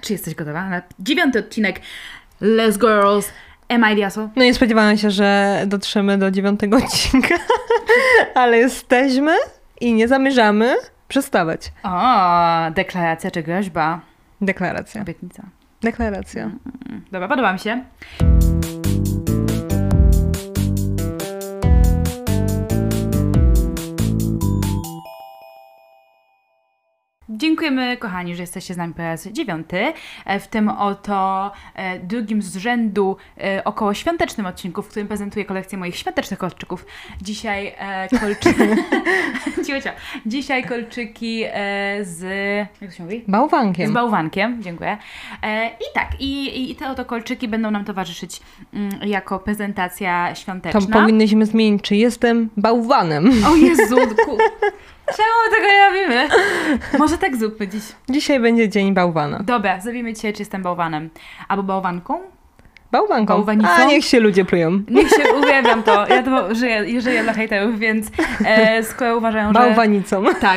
Czy jesteś gotowa na 9. odcinek Let's Girls? Am I the asshole? No nie spodziewałam się, że dotrzemy do 9. odcinka, ale jesteśmy i nie zamierzamy przestawać. O, deklaracja czy groźba? Deklaracja. Obietnica. Deklaracja. Dobra, podoba mi się. Dziękujemy, kochani, że jesteście z nami po raz 9. W tym oto drugim z rzędu około świątecznym odcinku, w którym prezentuję kolekcję moich świątecznych kolczyków. Dzisiaj Dzisiaj kolczyki z... Jak to się mówi? Bałwankiem. Z bałwankiem, dziękuję. I te oto kolczyki będą nam towarzyszyć jako prezentacja świąteczna. To powinnyśmy zmienić, czy jestem bałwanem. O Jezu, czemu tego nie robimy? Może tak zróbmy dziś. Dzisiaj będzie dzień bałwana. Dobra, zrobimy dzisiaj, czy jestem bałwanem. Albo bałwanką? Bałwanką. Bałwanicą? A niech się ludzie plują. Niech się, uwielbiam to. Ja to żyję dla hejterów, więc skoro uważają, że... Bałwanicą. Tak,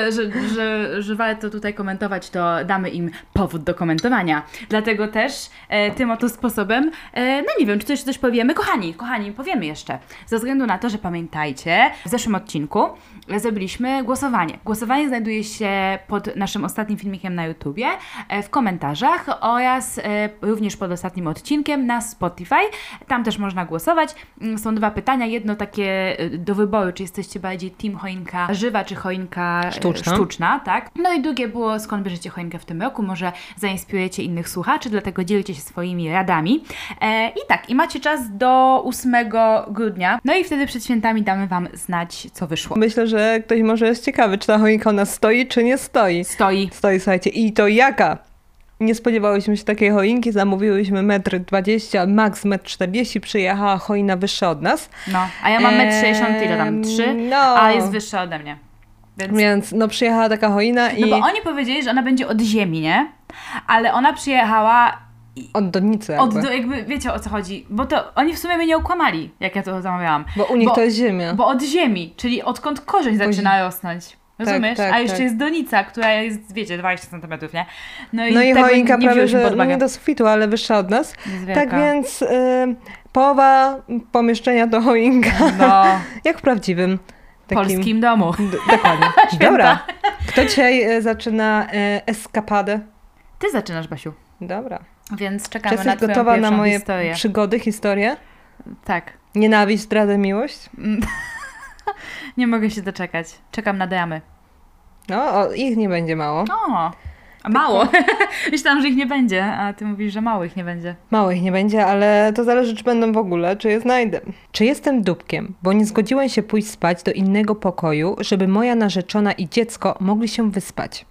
że warto tutaj komentować, to damy im powód do komentowania. Dlatego też tym oto sposobem, no nie wiem, czy coś powiemy. Kochani, powiemy jeszcze. Ze względu na to, że pamiętajcie, w zeszłym odcinku zrobiliśmy głosowanie. Głosowanie znajduje się pod naszym ostatnim filmikiem na YouTubie, w komentarzach oraz również pod ostatnim odcinkiem na Spotify. Tam też można głosować. Są 2 pytania. Jedno takie do wyboru, czy jesteście bardziej team choinka żywa, czy choinka sztuczna, tak? No i drugie było, skąd bierzecie choinkę w tym roku. Może zainspirujecie innych słuchaczy, dlatego dzielcie się swoimi radami. I macie czas do 8 grudnia. No i wtedy przed świętami damy Wam znać, co wyszło. Myślę, że ktoś może jest ciekawy, czy ta choinka u nas stoi, czy nie stoi. Stoi, słuchajcie. I to jaka? Nie spodziewałyśmy się takiej choinki, zamówiłyśmy 1,20 m, max 1,40 m, przyjechała choina wyższa od nas. No, a ja mam 1,60 m, ile tam? 3, a jest wyższa ode mnie. Więc przyjechała taka choina i... No bo oni powiedzieli, że ona będzie od ziemi, nie? Ale ona przyjechała... Od donicy jakby wiecie, o co chodzi. Bo to oni w sumie mnie nie okłamali, jak ja to zamawiałam. Bo u nich to jest ziemia. Bo od ziemi, czyli odkąd korzeń zaczyna rosnąć. Rozumiesz? Tak, a jeszcze jest donica, która jest, wiecie, 20 cm, nie? No i choinka prawie, że nie do sufitu, ale wyższa od nas. Tak więc połowa pomieszczenia to choinka. No. Jak w prawdziwym takim... polskim domu. Dokładnie. Dobra. Kto dzisiaj zaczyna eskapadę? Ty zaczynasz, Basiu. Dobra. Więc czekamy na twoją jesteś gotowa na moje historię. historię? Tak. Nienawiść, zdradę, miłość? Nie mogę się doczekać. Czekam na dramy. No, ich nie będzie mało. Mało. Myślałam, że ich nie będzie, a ty mówisz, że mało ich nie będzie. Mało ich nie będzie, ale to zależy, czy będą w ogóle, czy je znajdę. Czy jestem dupkiem, bo nie zgodziłem się pójść spać do innego pokoju, żeby moja narzeczona i dziecko mogli się wyspać?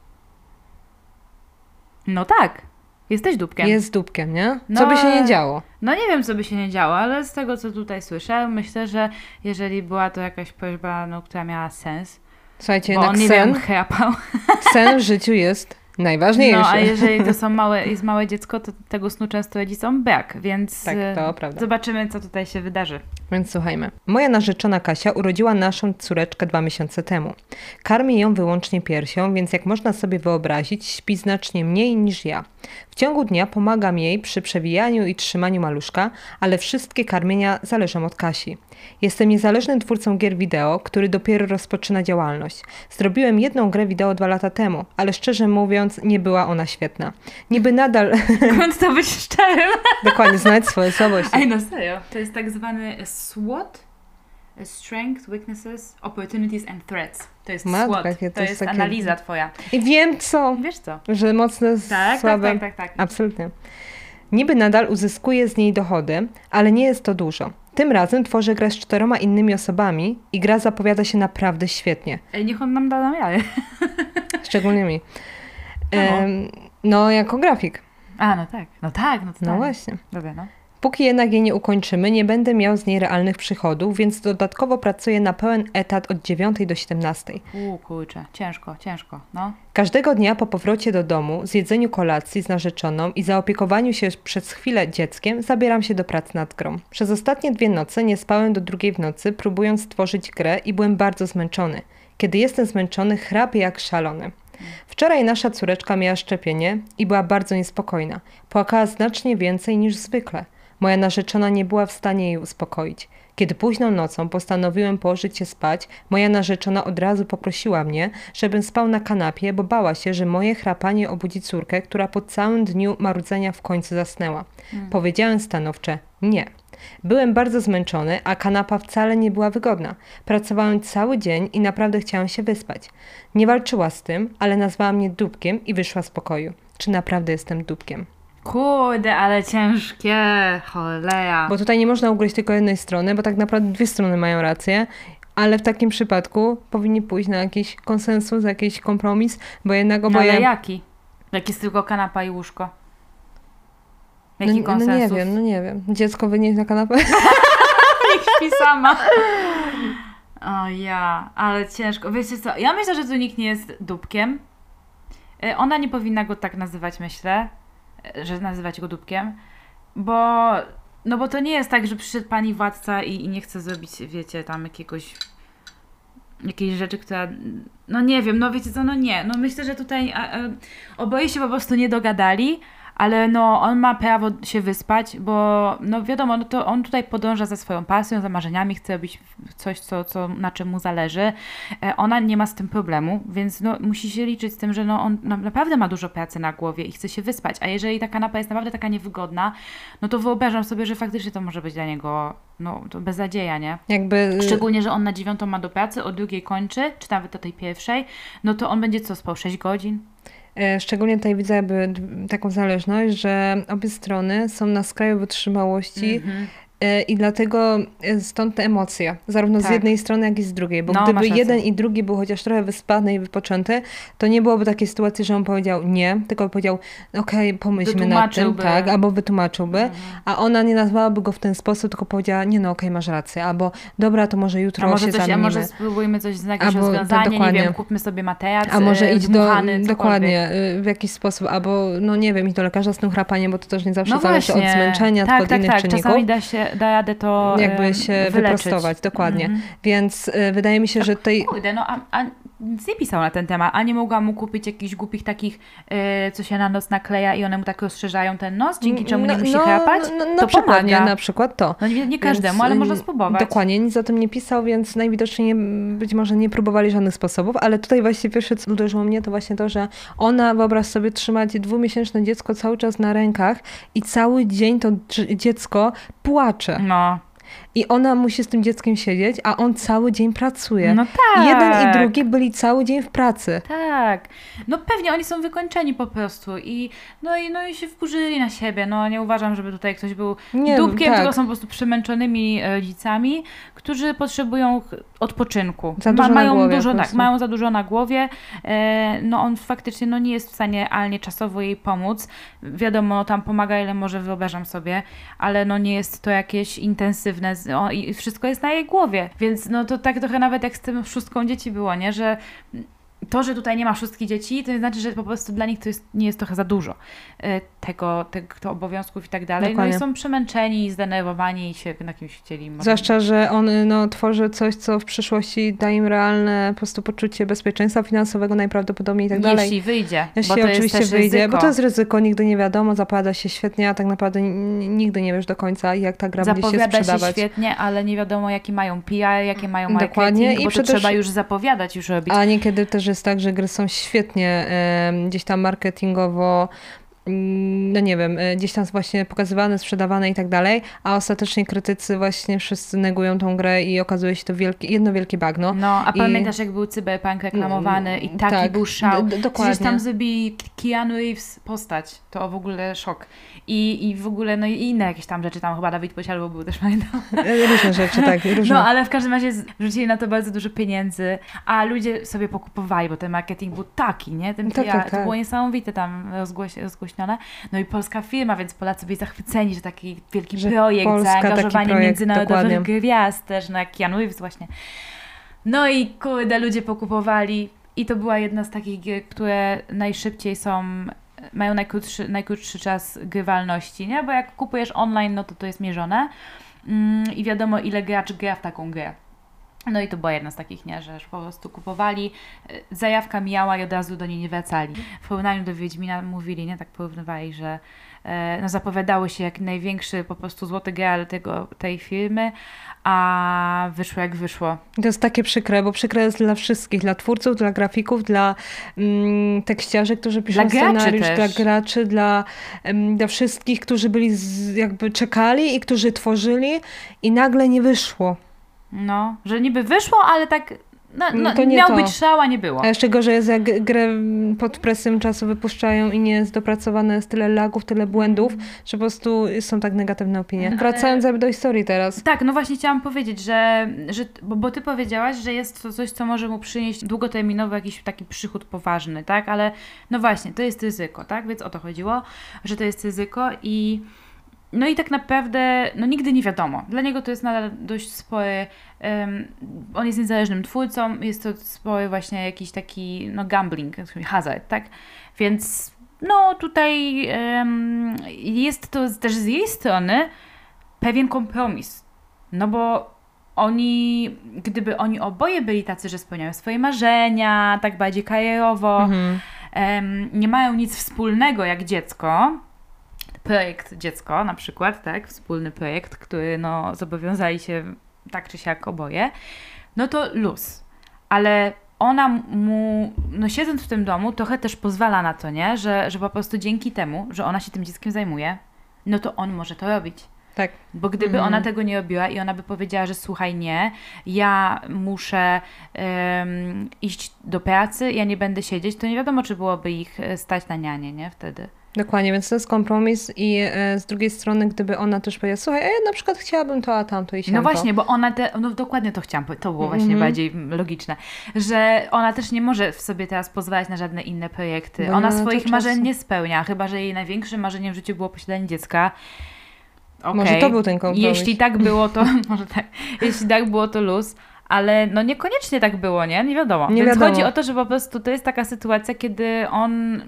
No tak. Jesteś dupkiem. Jest dupkiem, nie? Co by się nie działo? No nie wiem, co by się nie działo, ale z tego, co tutaj słyszę, myślę, że jeżeli była to jakaś prośba, która miała sens. Słuchajcie, bo jednak on, nie sen, wiem, chrapał. Sen w życiu jest najważniejszy. No, a jeżeli to jest małe dziecko, to tego snu często rodzicom brak, więc tak, to prawda. Zobaczymy, co tutaj się wydarzy. Więc słuchajmy. Moja narzeczona Kasia urodziła naszą córeczkę 2 miesiące temu. Karmię ją wyłącznie piersią, więc jak można sobie wyobrazić, śpi znacznie mniej niż ja. W ciągu dnia pomagam jej przy przewijaniu i trzymaniu maluszka, ale wszystkie karmienia zależą od Kasi. Jestem niezależnym twórcą gier wideo, który dopiero rozpoczyna działalność. Zrobiłem jedną grę wideo 2 lata temu, ale szczerze mówiąc nie była ona świetna. Niby nadal... Skąd to być szczerym? Dokładnie, znać swoje słabości. Ej, no serio. To jest tak zwany SWOT. Strength, Weaknesses, Opportunities and Threats. To jest SWOT. To jest analiza twoja. I wiem co. Wiesz co? Że mocne, słabe. Tak. Absolutnie. Niby nadal uzyskuję z niej dochody, ale nie jest to dużo. Tym razem tworzę grę z 4 innymi osobami i gra zapowiada się naprawdę świetnie. Ej, niech on nam da namiary. Szczególnie mi. No, jako grafik. A, no tak. No właśnie. Dobra, no. Póki jednak jej nie ukończymy, nie będę miał z niej realnych przychodów, więc dodatkowo pracuję na pełen etat od 9 do 17. Kurczę, ciężko, no. Każdego dnia po powrocie do domu, zjedzeniu kolacji z narzeczoną i zaopiekowaniu się przez chwilę dzieckiem, zabieram się do pracy nad grą. Przez ostatnie 2 noce nie spałem do 2 w nocy, próbując stworzyć grę i byłem bardzo zmęczony. Kiedy jestem zmęczony, chrapię jak szalony. Wczoraj nasza córeczka miała szczepienie i była bardzo niespokojna. Płakała znacznie więcej niż zwykle. Moja narzeczona nie była w stanie jej uspokoić. Kiedy późną nocą postanowiłem położyć się spać, moja narzeczona od razu poprosiła mnie, żebym spał na kanapie, bo bała się, że moje chrapanie obudzi córkę, która po całym dniu marudzenia w końcu zasnęła. Powiedziałem stanowcze nie. Byłem bardzo zmęczony, a kanapa wcale nie była wygodna. Pracowałem cały dzień i naprawdę chciałem się wyspać. Nie walczyła z tym, ale nazwała mnie dupkiem i wyszła z pokoju. Czy naprawdę jestem dupkiem? Kurde, ale ciężkie, cholera. Bo tutaj nie można ugryźć tylko jednej strony, bo tak naprawdę dwie strony mają rację, ale w takim przypadku powinni pójść na jakiś konsensus, jakiś kompromis, bo jednak No oboje... ale jaki? Jak jest tylko kanapa i łóżko? Jaki No konsensus? nie wiem. Dziecko wynieść na kanapę? Niech śpi sama. O ja, ale ciężko. Wiecie co, ja myślę, że tu nikt nie jest dupkiem. Ona nie powinna go tak nazywać, myślę, że nazywać go dupkiem, bo to nie jest tak, że przyszedł pani władca i nie chce zrobić, wiecie, tam jakiejś rzeczy, która, no nie wiem, no wiecie co, no nie, no myślę, że tutaj oboje się po prostu nie dogadali, ale no on ma prawo się wyspać, bo no wiadomo, no to on tutaj podąża za swoją pasją, za marzeniami, chce robić coś, na czym mu zależy. Ona nie ma z tym problemu, więc no musi się liczyć z tym, że no on naprawdę ma dużo pracy na głowie i chce się wyspać, a jeżeli ta kanapa jest naprawdę taka niewygodna, no to wyobrażam sobie, że faktycznie to może być dla niego no to beznadzieja, nie? Szczególnie, że on na 9 ma do pracy, o 2 kończy, czy nawet o tej 1, no to on będzie co, spał 6 godzin? Szczególnie tutaj widzę jakby taką zależność, że obie strony są na skraju wytrzymałości i dlatego stąd te emocje, zarówno z jednej strony, jak i z drugiej, bo gdyby jeden i drugi był chociaż trochę wyspany i wypoczęty, to nie byłoby takiej sytuacji, że on powiedział nie, tylko powiedział okej, pomyślmy nad tym, tak, albo wytłumaczyłby, a ona nie nazwałaby go w ten sposób, tylko powiedziała nie no okej, masz rację, albo dobra, to może jutro się zamienimy. A może spróbujmy coś z jakieś rozwiązanie, nie wiem, kupmy sobie materac, a może idź dokładnie, w jakiś sposób, albo no nie wiem, idź do lekarza z tym chrapaniem, bo to też nie zawsze zależy od zmęczenia, tylko od innych czynników. Czasami da radę to jakby się wyleczyć. wyprostować, dokładnie. Więc wydaje mi się, że tutaj... Kurde, no a nic nie pisał na ten temat, a nie mogła mu kupić jakichś głupich takich, co się na nos nakleja i one mu tak rozszerzają ten nos, dzięki czemu nie musi chrapać? Na przykład to. No nie każdemu, ale można spróbować. Dokładnie, nic o tym nie pisał, więc najwidoczniej być może nie próbowali żadnych sposobów, ale tutaj właśnie pierwsze, co uderzyło mnie, to właśnie to, że ona, wyobraź sobie, trzymać 2-miesięczne dziecko cały czas na rękach i cały dzień to dziecko płacze. No. I ona musi z tym dzieckiem siedzieć, a on cały dzień pracuje. No tak. Jeden i drugi byli cały dzień w pracy. Tak. No pewnie oni są wykończeni po prostu i się wkurzyli na siebie. No nie uważam, żeby tutaj ktoś był dupkiem, tylko są po prostu przemęczonymi rodzicami, którzy potrzebują odpoczynku. Mają za dużo na głowie. No on faktycznie nie jest w stanie realnie czasowo jej pomóc. Wiadomo, tam pomaga ile może, wyobrażam sobie, ale nie jest to jakieś intensywne i wszystko jest na jej głowie. Więc to tak trochę nawet jak z tym 6 dzieci było, nie? Że to, że tutaj nie ma 6 dzieci, to znaczy, że po prostu dla nich to nie jest trochę za dużo tego obowiązków i tak dalej. Dokładnie. No i są przemęczeni, zdenerwowani i się na kimś chcieli. Zwłaszcza, że on tworzy coś, co w przyszłości da im realne po prostu poczucie bezpieczeństwa finansowego najprawdopodobniej i tak dalej. Jeśli wyjdzie. Jeśli oczywiście wyjdzie, bo to jest ryzyko, nigdy nie wiadomo, zapowiada się świetnie, a tak naprawdę nigdy nie wiesz do końca, jak ta gra będzie się sprzedawać. Zapowiada się świetnie, ale nie wiadomo, jaki mają PR, jakie mają marketing, bo to trzeba już zapowiadać, już robić. A niekiedy też jest tak, że gry są świetnie gdzieś tam marketingowo, no nie wiem, gdzieś tam właśnie pokazywane, sprzedawane i tak dalej, a ostatecznie krytycy właśnie wszyscy negują tą grę i okazuje się to jedno wielkie bagno. No, a pamiętasz, jak był Cyberpunk reklamowany i taki był szał. Dokładnie. Przecież tam zrobili Keanu Reeves postać. To w ogóle szok. I w ogóle, i inne jakieś tam rzeczy, tam chyba Dawid Podsiadło był też, pamiętam. Różne rzeczy, tak. Różne. No, ale w każdym razie wrzucili na to bardzo dużo pieniędzy, a ludzie sobie pokupowali, bo ten marketing był taki, nie? Ten PR, tak. To było niesamowite tam rozgłośnione. No i polska firma, więc Polacy byli zachwyceni, że taki wielki projekt, zaangażowanie międzynarodowych gwiazd też, jak Keanu Reeves właśnie. No i kurde, ludzie pokupowali i to była jedna z takich gier, które najszybciej mają najkrótszy czas grywalności, nie? Bo jak kupujesz online, to jest mierzone i wiadomo, ile gracz gra w taką grę. No i to była jedna z takich, nie, że po prostu kupowali, zajawka mijała i od razu do niej nie wracali. W porównaniu do Wiedźmina mówili, nie, tak porównywali, że no, zapowiadały się jak największy po prostu złoty graal tej firmy, a wyszło jak wyszło. To jest takie przykre, bo przykre jest dla wszystkich, dla twórców, dla grafików, dla tekściarzy, którzy piszą Dla graczy scenariusz, też. dla graczy, dla wszystkich, którzy byli jakby czekali i którzy tworzyli i nagle nie wyszło. No, że niby wyszło, ale tak To nie miał to. być szał, a nie było. A jeszcze gorzej jest, jak grę pod presją czasu wypuszczają i nie jest dopracowane, jest tyle lagów, tyle błędów, że po prostu są tak negatywne opinie. Wracając jakby do historii teraz. Tak, no właśnie chciałam powiedzieć, bo ty powiedziałaś, że jest to coś, co może mu przynieść długoterminowy jakiś taki przychód poważny, tak? Ale no właśnie, to jest ryzyko, tak? Więc o to chodziło, że to jest ryzyko i no i tak naprawdę, no nigdy nie wiadomo. Dla niego to jest nadal dość spory, on jest niezależnym twórcą, jest to spory właśnie jakiś taki, no gambling, hazard, tak? Więc no tutaj jest to też z jej strony pewien kompromis. No bo gdyby oni oboje byli tacy, że spełniają swoje marzenia, tak bardziej karierowo, nie mają nic wspólnego jak dziecko, projekt dziecko na przykład, tak, wspólny projekt, który no zobowiązali się tak czy siak oboje, no to luz. Ale ona mu, no siedząc w tym domu, trochę też pozwala na to, nie? Że po prostu dzięki temu, że ona się tym dzieckiem zajmuje, no to on może to robić. Tak. Bo gdyby ona tego nie robiła i ona by powiedziała, że słuchaj, nie, ja muszę iść do pracy, ja nie będę siedzieć, to nie wiadomo, czy byłoby ich stać na nianie, nie? Wtedy. Dokładnie, więc to jest kompromis i z drugiej strony, gdyby ona też powiedziała, słuchaj, ja na przykład chciałabym to, a tamto i siamto. No właśnie, bo ona, no dokładnie to chciałam powiedzieć, to było właśnie bardziej logiczne, że ona też nie może w sobie teraz pozwalać na żadne inne projekty. Bo Ona nie ma na to swoich marzeń czasu. nie spełnia, chyba że jej największym marzeniem w życiu było posiadanie dziecka. Okay. Może to był ten kompromis. Jeśli tak było, to może tak. Jeśli tak było, to luz. Ale no niekoniecznie tak było, nie? Nie wiadomo. Nie Więc wiadomo. chodzi o to, że po prostu to jest taka sytuacja, kiedy on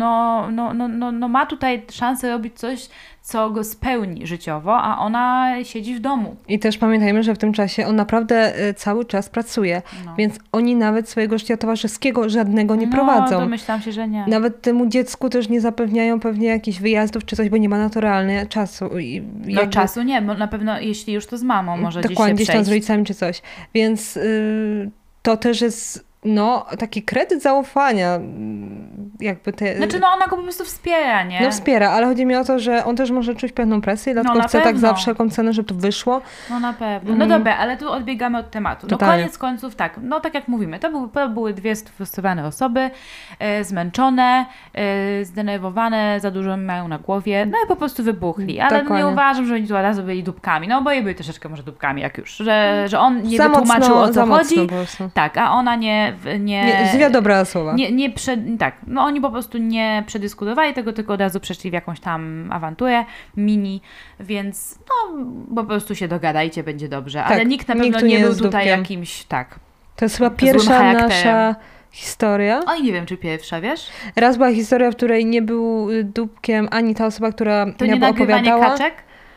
no ma tutaj szansę robić coś, co go spełni życiowo, a ona siedzi w domu. I też pamiętajmy, że w tym czasie on naprawdę cały czas pracuje, No. więc oni nawet swojego życia towarzyskiego żadnego nie prowadzą. Domyślam się, że nie. Nawet temu dziecku też nie zapewniają pewnie jakichś wyjazdów czy coś, bo nie ma na to realnie czasu. No czasu nie, bo na pewno jeśli już to z mamą może dokładnie, gdzieś się gdzieś tam z przejść. rodzicami czy coś. Więc to też jest taki kredyt zaufania. Jakby Znaczy no ona go po prostu wspiera, nie? No wspiera, ale chodzi mi o to, że on też może czuć pewną presję, dlatego na chce tak pewno. za wszelką cenę, żeby to wyszło. No na pewno. No dobra, ale tu odbiegamy od tematu. No Totalnie. koniec końców tak, no tak jak mówimy, to były dwie sfrustrowane osoby, zmęczone, zdenerwowane, za dużo mają na głowie, no i po prostu wybuchli. Ale Dokładnie. nie uważam, że oni tu od razu byli dupkami. No oboje byli troszeczkę może dupkami jak już, że on nie Za wytłumaczył mocno, o co za chodzi. mocno po prostu. Tak, a ona nie Złe dobra słowa. tak, no oni po prostu nie przedyskutowali tego, tylko od razu przeszli w jakąś tam awanturę mini, więc no po prostu się dogadajcie, będzie dobrze. Ale Tak, nikt na nikt pewno tu nie nie był jest tutaj dupkiem. jakimś, tak. To jest chyba złym pierwsza charakterem. nasza historia. Oj, nie wiem, czy pierwsza, wiesz? Raz była historia, w której nie był dupkiem ani ta osoba, która To nie nagrywanie opowiadała. kaczek?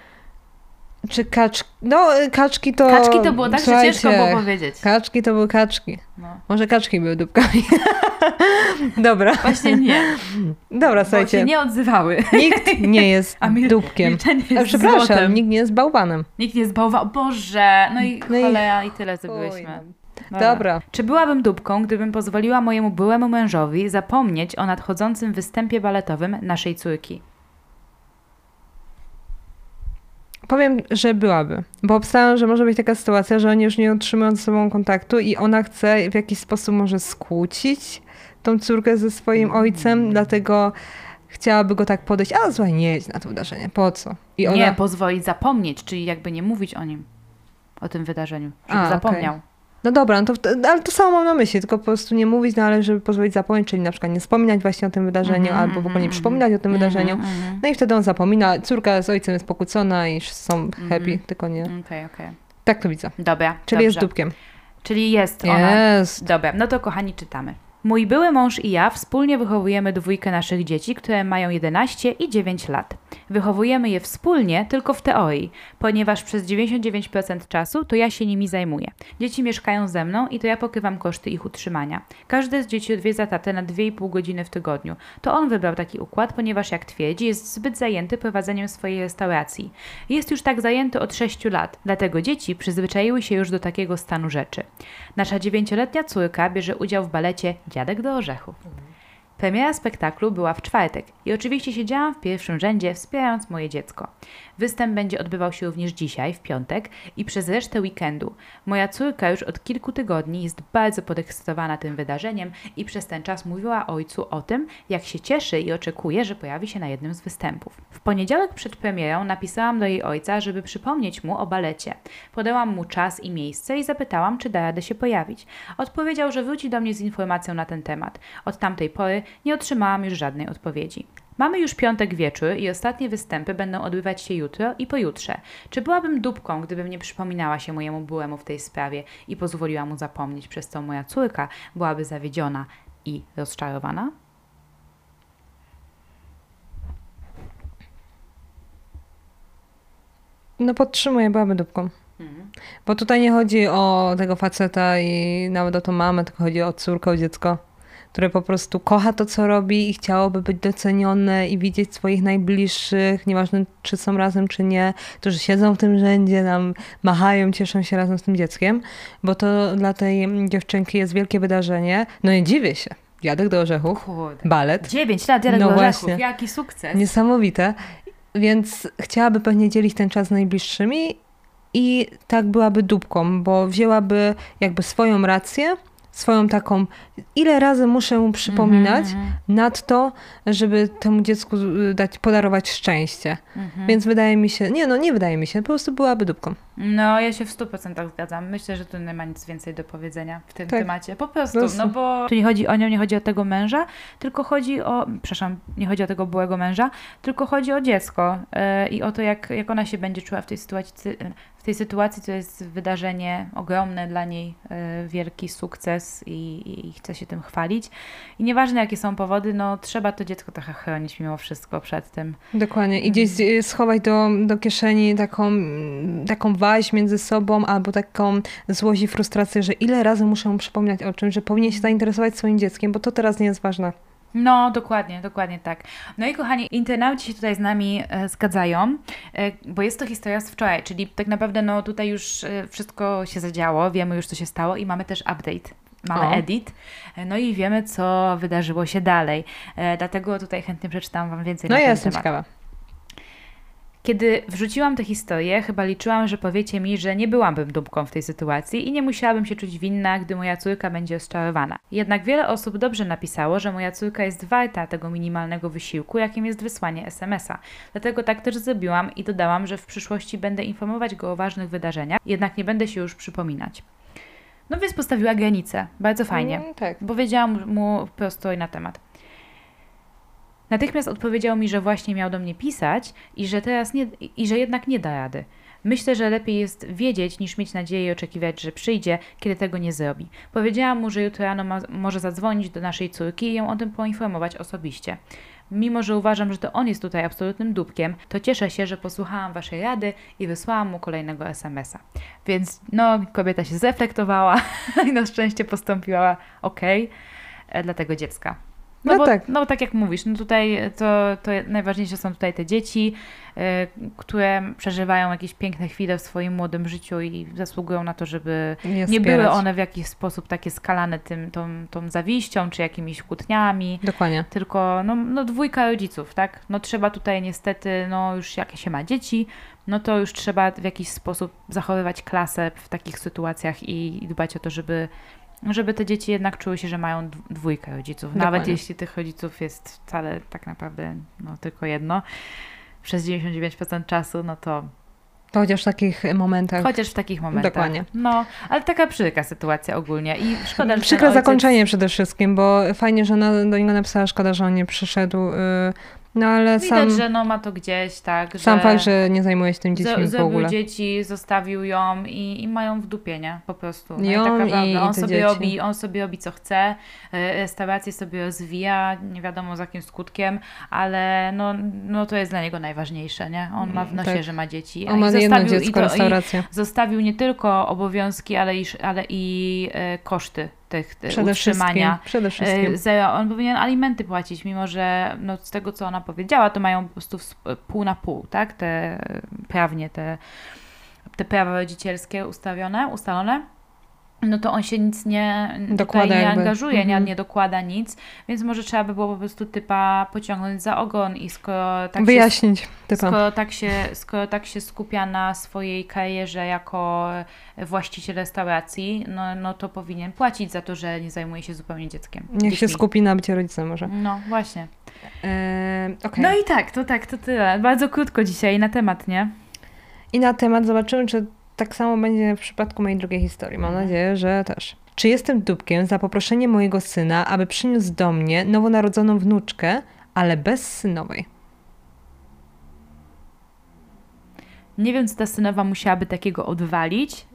Czy kaczki? No, kaczki to... Kaczki to było tak, że słuchajcie, ciężko było powiedzieć. Kaczki to były kaczki. No. Może kaczki były dupkami. Dobra. Właśnie nie, Dobra, bo słuchajcie. się nie odzywały. Nikt nie jest dupkiem. Milczenie jest Przepraszam, złotem. nikt nie jest bałwanem. Nikt nie zbałwał. Boże, no i No i- cholera, i tyle zrobiłyśmy. Dobra. Czy byłabym dupką, gdybym pozwoliła mojemu byłemu mężowi zapomnieć o nadchodzącym występie baletowym naszej córki? Powiem, że byłaby. Bo obstawiam, że może być taka sytuacja, że oni już nie utrzymują ze sobą kontaktu i ona chce w jakiś sposób może skłócić tą córkę ze swoim ojcem, dlatego chciałaby go tak podejść, a słuchaj, nie jedź na to wydarzenie, po co? I ona... Nie, pozwolić zapomnieć, czyli jakby nie mówić o nim, o tym wydarzeniu, żeby A, zapomniał. No dobra, no ale to samo mam na myśli, tylko po prostu nie mówić, no ale żeby pozwolić zapomnieć, czyli na przykład nie wspominać właśnie o tym wydarzeniu, albo w ogóle nie przypominać o tym wydarzeniu. No i wtedy on zapomina, córka z ojcem jest pokłócona i są happy, tylko nie. Okej. Tak to widzę. Dobra, Czyli dobrze. jest dupkiem. Czyli jest ona. Jest. Dobra, no to kochani, czytamy. Mój były mąż i ja wspólnie wychowujemy dwójkę naszych dzieci, które mają 11 i 9 lat. Wychowujemy je wspólnie, tylko w teorii, ponieważ przez 99% czasu to ja się nimi zajmuję. Dzieci mieszkają ze mną i to ja pokrywam koszty ich utrzymania. Każde z dzieci odwiedza tatę na 2,5 godziny w tygodniu. To on wybrał taki układ, ponieważ jak twierdzi, jest zbyt zajęty prowadzeniem swojej restauracji. Jest już tak zajęty od 6 lat, dlatego dzieci przyzwyczaiły się już do takiego stanu rzeczy. Nasza 9-letnia córka bierze udział w balecie Dziadek do orzechów. Premiera spektaklu była w czwartek i oczywiście siedziałam w pierwszym rzędzie, wspierając moje dziecko. Występ będzie odbywał się również dzisiaj, w piątek i przez resztę weekendu. Moja córka już od kilku tygodni jest bardzo podekscytowana tym wydarzeniem i przez ten czas mówiła ojcu o tym, jak się cieszy i oczekuje, że pojawi się na jednym z występów. W poniedziałek przed premierą napisałam do jej ojca, żeby przypomnieć mu o balecie. Podałam mu czas i miejsce i zapytałam, czy da radę się pojawić. Odpowiedział, że wróci do mnie z informacją na ten temat. Od tamtej pory nie otrzymałam już żadnej odpowiedzi. Mamy już piątek wieczór i ostatnie występy będą odbywać się jutro i pojutrze. Czy byłabym dupką, gdybym nie przypominała się mojemu byłemu w tej sprawie i pozwoliła mu zapomnieć, przez co moja córka byłaby zawiedziona i rozczarowana? No podtrzymuję, byłaby dupką. Bo tutaj nie chodzi o tego faceta i nawet o tą mamę, tylko chodzi o córkę, o dziecko, które po prostu kocha to, co robi i chciałoby być docenione i widzieć swoich najbliższych, nieważne czy są razem, czy nie, którzy siedzą w tym rzędzie, nam machają, cieszą się razem z tym dzieckiem, bo to dla tej dziewczynki jest wielkie wydarzenie. No nie dziwię się. Dziadek do orzechów, Kurde. balet. 9 lat Dziadek do orzechów, właśnie. jaki sukces. Niesamowite. Więc chciałaby pewnie dzielić ten czas z najbliższymi i tak byłaby dupką, bo wzięłaby jakby swoją rację, swoją taką, ile razy muszę mu przypominać nad to, żeby temu dziecku podarować szczęście. Więc wydaje mi się, nie wydaje mi się, po prostu byłaby dupką. No, ja się w 100% zgadzam. Myślę, że tu nie ma nic więcej do powiedzenia w tym Tak. temacie. Po prostu, no bo tu nie chodzi o nią, nie chodzi o tego męża, tylko chodzi o, nie chodzi o tego byłego męża, tylko chodzi o dziecko i o to, jak ona się będzie czuła w tej sytuacji, to jest wydarzenie ogromne dla niej, wielki sukces i chce się tym chwalić. I nieważne, jakie są powody, no trzeba to dziecko trochę chronić mimo wszystko przed tym. Dokładnie. I gdzieś schować do kieszeni taką waź między sobą albo taką złość i frustrację, że ile razy muszę mu przypominać o czym, że powinien się zainteresować swoim dzieckiem, bo to teraz nie jest ważne. No, dokładnie tak. No i kochani, internauci się tutaj z nami zgadzają, bo jest to historia z wczoraj, czyli tak naprawdę no tutaj już wszystko się zadziało, wiemy już co się stało i mamy też update. Mamy edit, no i wiemy co wydarzyło się dalej. Dlatego tutaj chętnie przeczytam Wam więcej na ten temat. No ja jestem ciekawa. Kiedy wrzuciłam tę historię, chyba liczyłam, że powiecie mi, że nie byłabym dupką w tej sytuacji i nie musiałabym się czuć winna, gdy moja córka będzie rozczarowana. Jednak wiele osób dobrze napisało, że moja córka jest warta tego minimalnego wysiłku, jakim jest wysłanie SMS-a. Dlatego tak też zrobiłam i dodałam, że w przyszłości będę informować go o ważnych wydarzeniach, jednak nie będę się już przypominać. No więc postawiła granicę. Bardzo fajnie. Tak. Bo wiedziałam mu prosto i na temat. Natychmiast odpowiedział mi, że właśnie miał do mnie pisać i że teraz że jednak nie da rady. Myślę, że lepiej jest wiedzieć, niż mieć nadzieję i oczekiwać, że przyjdzie, kiedy tego nie zrobi. Powiedziałam mu, że jutro rano może zadzwonić do naszej córki i ją o tym poinformować osobiście. Mimo, że uważam, że to on jest tutaj absolutnym dupkiem, to cieszę się, że posłuchałam Waszej rady i wysłałam mu kolejnego SMS-a. Więc no, kobieta się zreflektowała i na szczęście postąpiła dla tego dziecka. No tak jak mówisz, no tutaj to najważniejsze są tutaj te dzieci, które przeżywają jakieś piękne chwile w swoim młodym życiu i zasługują na to, żeby nie były one w jakiś sposób takie skalane tą zawiścią czy jakimiś kłótniami. Dokładnie. Tylko no dwójka rodziców, tak? No trzeba tutaj niestety, no już jak się ma dzieci, no to już trzeba w jakiś sposób zachowywać klasę w takich sytuacjach i dbać o to, żeby te dzieci jednak czuły się, że mają dwójkę rodziców. Dokładnie. Nawet jeśli tych rodziców jest wcale tak naprawdę tylko jedno, przez 99% czasu, no to chociaż w takich momentach. Chociaż w takich momentach. Dokładnie. No, ale taka przykra sytuacja ogólnie i szkoda, że przykre zakończenie przede wszystkim, bo fajnie, że do niego napisała, szkoda, że on nie przyszedł No ale Widać, że no ma to gdzieś, tak, sam że fakt, że nie zajmuje się tym dziećmi w zrobił ogóle. dzieci, zostawił ją i mają w dupie, nie? Po prostu. No Ją i taka i prawda. te dzieci. On sobie robi co chce, restaurację sobie rozwija, nie wiadomo z jakim skutkiem, ale no to jest dla niego najważniejsze, nie? On ma w nosie, Tak. że ma dzieci. On ma jedno dziecko, restaurację. Zostawił nie tylko obowiązki, ale i koszty tych utrzymania. Przede wszystkim. On powinien alimenty płacić, mimo że no, z tego, co ona powiedziała, to mają po prostu pół na pół, tak? Prawnie te prawa rodzicielskie ustalone. No to on się nic nie angażuje, nie dokłada nic, więc może trzeba by było po prostu typa pociągnąć za ogon i wyjaśnić typa. Skoro tak się skupia na swojej karierze jako właściciel restauracji, no to powinien płacić za to, że nie zajmuje się zupełnie dzieckiem. Niech się skupi na bycie rodzicem może. No właśnie. Okay. No i to tyle. Bardzo krótko dzisiaj na temat, nie? I na temat zobaczymy, czy tak samo będzie w przypadku mojej drugiej historii. Mam nadzieję, że też. Czy jestem dupkiem za poproszenie mojego syna, aby przyniósł do mnie nowonarodzoną wnuczkę, ale bez synowej? Nie wiem, co ta synowa musiałaby takiego odwalić,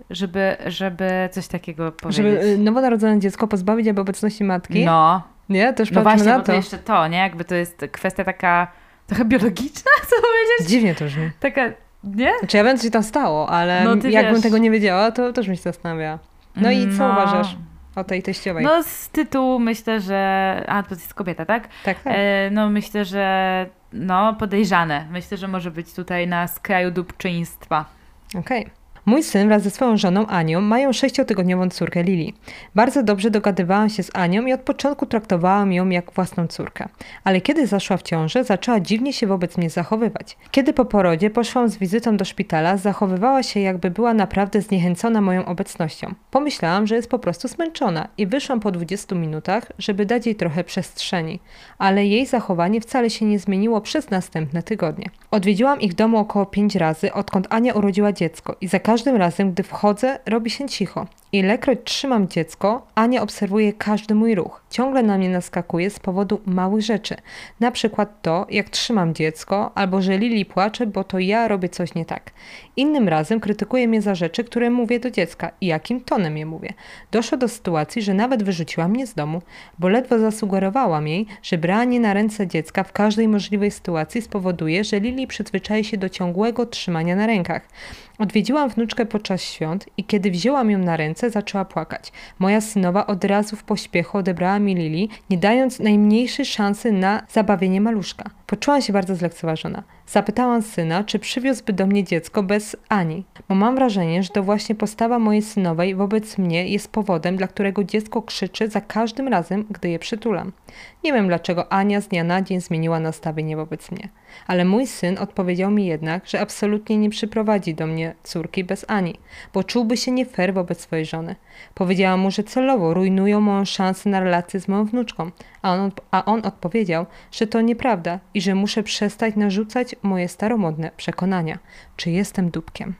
żeby coś takiego powiedzieć. Żeby nowonarodzone dziecko pozbawić jakby obecności matki? No. Nie? Też no właśnie, na bo to jeszcze to, nie? Jakby to jest kwestia taka trochę biologiczna, co powiedzieć? Dziwnie to brzmi. Taka, nie? Znaczy ja wiem, co się tam stało, ale jakbym tego nie wiedziała, to też bym się zastanawiała. No i co uważasz o tej teściowej? No z tytułu myślę, że... A, to jest kobieta, tak? Tak. No myślę, że podejrzane. Myślę, że może być tutaj na skraju dupczyństwa. Okej. Mój syn wraz ze swoją żoną Anią mają 6-tygodniową córkę Lili. Bardzo dobrze dogadywałam się z Anią i od początku traktowałam ją jak własną córkę. Ale kiedy zaszła w ciążę, zaczęła dziwnie się wobec mnie zachowywać. Kiedy po porodzie poszłam z wizytą do szpitala, zachowywała się jakby była naprawdę zniechęcona moją obecnością. Pomyślałam, że jest po prostu zmęczona i wyszłam po 20 minutach, żeby dać jej trochę przestrzeni. Ale jej zachowanie wcale się nie zmieniło przez następne tygodnie. Odwiedziłam ich w domu około 5 razy, odkąd Ania urodziła dziecko i za każdym razem, gdy wchodzę, robi się cicho. Ilekroć trzymam dziecko, Ania obserwuje każdy mój ruch. Ciągle na mnie naskakuje z powodu małych rzeczy. Na przykład to, jak trzymam dziecko, albo że Lili płacze, bo to ja robię coś nie tak. Innym razem krytykuje mnie za rzeczy, które mówię do dziecka i jakim tonem je mówię. Doszło do sytuacji, że nawet wyrzuciła mnie z domu, bo ledwo zasugerowałam jej, że branie na ręce dziecka w każdej możliwej sytuacji spowoduje, że Lili przyzwyczai się do ciągłego trzymania na rękach. Odwiedziłam wnuczkę podczas świąt i kiedy wzięłam ją na ręce, zaczęła płakać. Moja synowa od razu w pośpiechu odebrała mi Lili, nie dając najmniejszej szansy na zabawienie maluszka. Poczułam się bardzo zlekceważona. Zapytałam syna, czy przywiózłby do mnie dziecko bez Ani, bo mam wrażenie, że to właśnie postawa mojej synowej wobec mnie jest powodem, dla którego dziecko krzyczy za każdym razem, gdy je przytulam. Nie wiem, dlaczego Ania z dnia na dzień zmieniła nastawienie wobec mnie. Ale mój syn odpowiedział mi jednak, że absolutnie nie przyprowadzi do mnie córki bez Ani, bo czułby się nie fair wobec swojej żony. Powiedziałam mu, że celowo rujnują moją szansę na relację z moją wnuczką, a on odpowiedział, że to nieprawda i że muszę przestać narzucać moje staromodne przekonania. Czy jestem dupkiem?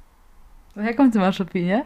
Jaką ty masz opinię?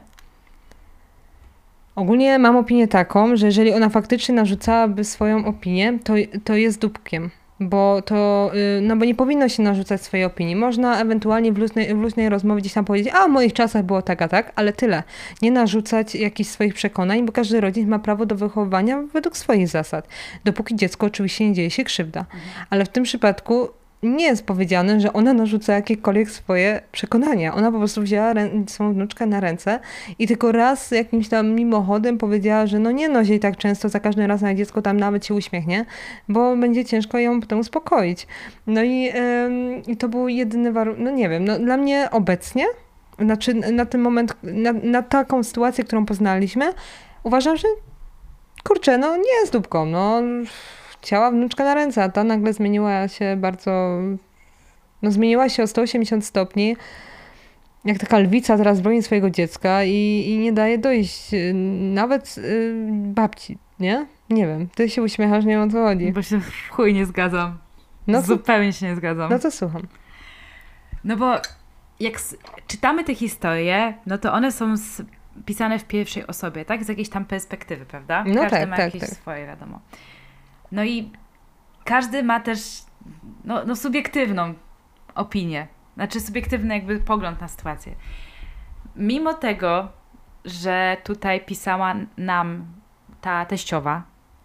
Ogólnie mam opinię taką, że jeżeli ona faktycznie narzucałaby swoją opinię, to jest dupkiem. Bo bo nie powinno się narzucać swojej opinii. Można ewentualnie w luźnej rozmowie gdzieś tam powiedzieć, a w moich czasach było tak, a tak, ale tyle. Nie narzucać jakichś swoich przekonań, bo każdy rodzic ma prawo do wychowywania według swoich zasad. Dopóki dziecko oczywiście nie dzieje się krzywda. Ale w tym przypadku nie jest powiedziane, że ona narzuca jakiekolwiek swoje przekonania. Ona po prostu wzięła swoją wnuczkę na ręce i tylko raz jakimś tam mimochodem powiedziała, że no nie nosi jej tak często, za każdym razem jak dziecko tam nawet się uśmiechnie, bo będzie ciężko ją potem uspokoić. No i to był jedyny warunek, no nie wiem, no dla mnie obecnie, znaczy na ten moment, na taką sytuację, którą poznaliśmy, uważam, że kurczę, no nie jest dupką, no chciała wnuczka na ręce, a ta nagle zmieniła się bardzo... No zmieniła się o 180 stopni. Jak taka lwica teraz broni swojego dziecka i nie daje dojść nawet babci, nie? Nie wiem, ty się uśmiechasz, nie wiem o co chodzi. Bo się w chuj nie zgadzam. No zupełnie się nie zgadzam. No to słucham. No bo jak czytamy te historie, no to one są pisane w pierwszej osobie, tak? Z jakiejś tam perspektywy, prawda? No Każdy tak, ma tak, jakieś tak. swoje, wiadomo. No i każdy ma też no subiektywną opinię. Znaczy subiektywny jakby pogląd na sytuację. Mimo tego, że tutaj pisała nam ta teściowa,